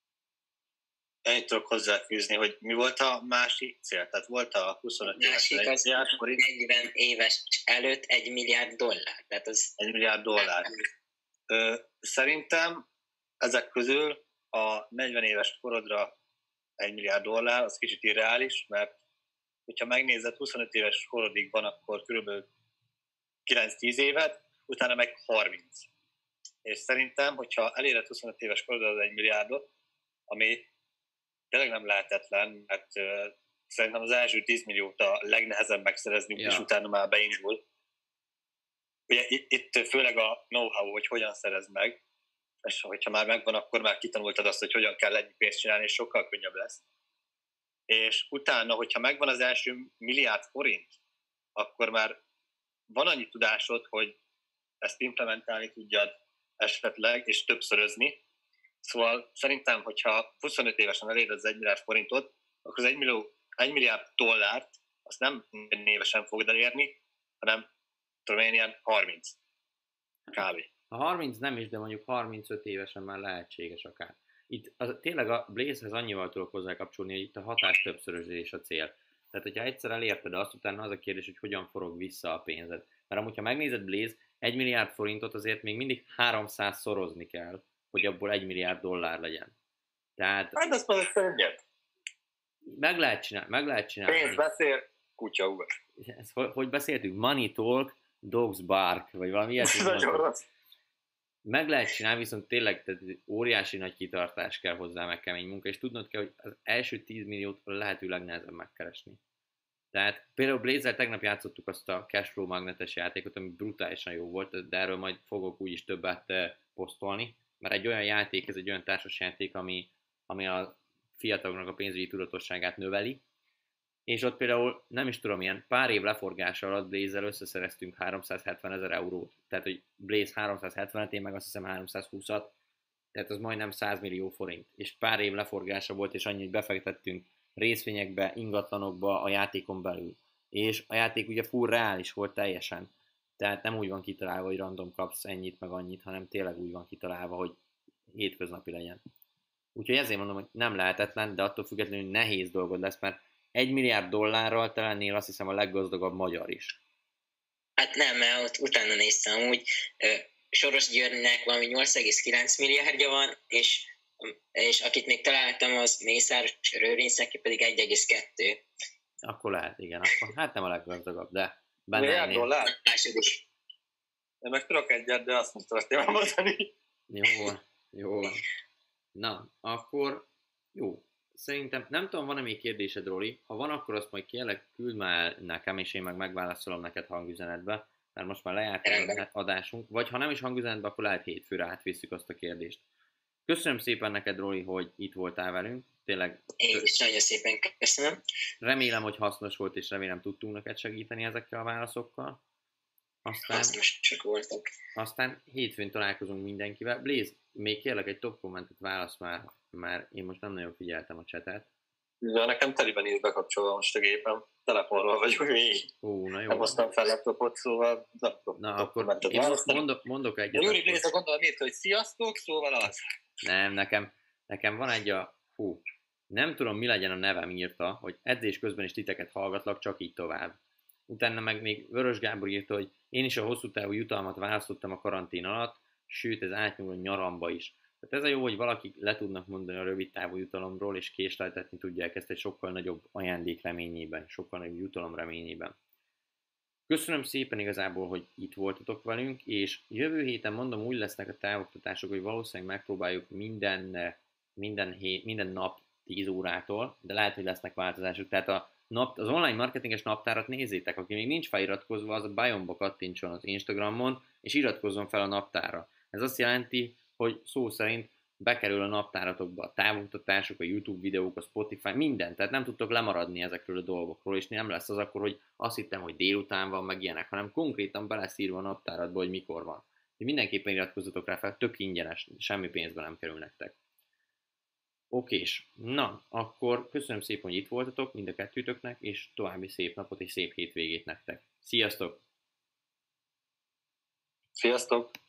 Ennyit tudok hozzáfűzni, hogy mi volt a másik cél? Tehát volt a huszonöt éves negyven éves előtt egy milliárd dollár. Tehát az egy milliárd dollár. Ö, szerintem ezek közül a negyven éves korodra egy milliárd dollár, az kicsit irreális, mert hogyha megnézed, huszonöt éves korodig van, akkor kb. kilenc-tíz évet, utána meg harminc. És szerintem, hogyha eléred huszonöt éves korodra az egy milliárdot, ami tényleg nem lehetetlen, mert uh, szerintem az első tíz milliót a legnehezebb megszereznünk, ja. És utána már beindul. Ugye itt, itt főleg a know-how, hogy hogyan szerez meg, és hogyha már megvan, akkor már kitanultad azt, hogy hogyan kell ennyi pénzt csinálni, és sokkal könnyebb lesz. És utána, hogyha megvan az első milliárd forint, akkor már van annyi tudásod, hogy ezt implementálni tudjad esetleg, és többszörözni. Szóval szerintem, hogyha huszonöt évesen eléred az egy milliárd forintot, akkor az egy millió, egy milliárd dollárt azt nem évesen fogod elérni, hanem tudom én, ilyen harminc kb. A harminc nem is, de mondjuk harmincöt évesen már lehetséges akár. Itt az, tényleg a Blaze-hez annyival tudok hozzá kapcsolni, hogy itt a hatás többszörözés a cél. Tehát, hogyha egyszer elérted azt, utána az a kérdés, hogy hogyan forog vissza a pénzed. Mert amúgy, ha megnézed Blaze, egy milliárd forintot azért még mindig háromszáz szorozni kell, hogy abból egy milliárd dollár legyen. Tehát... Hát azt mondod, könnyed. Meg lehet csinálni, meg lehet csinálni. Pénz beszél, kutya ugat. Ez, hogy, hogy beszéltük? Money talk, dogs bark, vagy valami ilyesmi. Nagyon rossz. Meg lehet csinálni, viszont tényleg tehát óriási nagy kitartás kell hozzá, meg kemény munka, és tudnod kell, hogy az első tíz milliót lehetőleg nehezebb megkeresni. Tehát például Blaze-zel tegnap játszottuk azt a Cashflow magnetes játékot, ami brutálisan jó volt, de erről majd fogok úgyis többet posztolni, mert egy olyan játék, ez egy olyan társasjáték, ami, ami a fiataloknak a pénzügyi tudatosságát növeli, és ott például nem is tudom, ilyen pár év leforgása alatt Blaze-zel összeszereztünk háromszázhetven ezer eurót, tehát hogy Blaze háromszázhetvenet, én meg azt hiszem háromszázhúszat, tehát az majdnem száz millió forint, és pár év leforgása volt, és annyit befektettünk részvényekbe, ingatlanokba a játékon belül, és a játék ugye full reális volt teljesen, tehát nem úgy van kitalálva, hogy random kapsz ennyit meg annyit, hanem tényleg úgy van kitalálva, hogy hétköznapi legyen. Úgyhogy ezért mondom, hogy nem lehetetlen, de attól függetlenül nehéz dolgod lesz, mert egy milliárd dollárral te lennél azt hiszem a leggazdagabb magyar is. Hát nem, mert ott utána néztem úgy, Soros Györgynek valami nyolc egész kilenc milliárdja van, és, és akit még találtam, az Mészáros Lőrinc, neki pedig egy egész kettő. Akkor lehet, igen, akkor hát nem a leggazdagabb, de benne milliárd dollár? Második. Én meg tudok egyet, de azt nem szeretném elmondani. Jó, jó. Na, akkor jó. Szerintem, nem tudom, van-e még kérdésed, Roli? Ha van, akkor azt majd kérlek, küld már nekem, és én meg megválaszolom neked hangüzenetbe, mert most már lejárt az adásunk, vagy ha nem is hangüzenetbe, akkor lehet hétfőre átvisszük azt a kérdést. Köszönöm szépen neked, Roli, hogy itt voltál velünk. Tényleg. Én is nagyon szépen köszönöm. Remélem, hogy hasznos volt, és remélem tudtunk neked segíteni ezekkel a válaszokkal. Aztán, hasznosak voltak. Aztán hétfőn találkozunk mindenkivel. Blaze, még kérlek egy top kommentet válasz már, mert én most nem nagyon figyeltem a chatet. Ja, nekem teliben írt bekapcsolva most a gépem. Telefonról vagyok még. Ó, na jó. Nem hoztam fel laptopot, szóval... Laptop, na, akkor én most mondok, mondok egyet. Júri Blaze, gondolom írt, hogy sziasztok, szóval az. Nem, nekem, nekem van egy a... Hú, nem tudom, mi legyen a nevem írta, hogy edzés közben is titeket hallgatlak, csak így tovább. Utána meg még Vörös Gábor írta, hogy én is a hosszú távú jutalmat választottam a karantén alatt, sőt ez átnyúl a nyaramba is. Tehát ez a jó, hogy valaki le tudnak mondani a rövid távú jutalomról, és késleltetni tudják ezt egy sokkal nagyobb ajándék reményében, sokkal nagyobb jutalom reményében. Köszönöm szépen igazából, hogy itt voltatok velünk, és jövő héten mondom, úgy lesznek a távoktatások, hogy valószínűleg megpróbáljuk minden, minden, hét, minden nap tíz órától, de lehet, hogy lesznek változások. Tehát a nap, az online marketinges naptárat nézzétek, aki még nincs feliratkozva, az a Biomba kattintson az Instagramon, és iratkozzon fel a naptára. Ez azt jelenti, hogy szó szerint bekerül a naptáratokba a távoktatások, a YouTube videók, a Spotify, minden, tehát nem tudtok lemaradni ezekről a dolgokról, és nem lesz az akkor, hogy azt hittem, hogy délután van, meg ilyenek, hanem konkrétan be lesz írva a naptáratba, hogy mikor van. Úgyhogy mindenképpen iratkozzatok rá fel, tök ingyenes, semmi pénzbe nem kerül nektek. Okés, na, akkor köszönöm szépen, hogy itt voltatok, mind a kettőtöknek, és további szép napot és szép hétvégét nektek. Sziasztok! Sziasztok!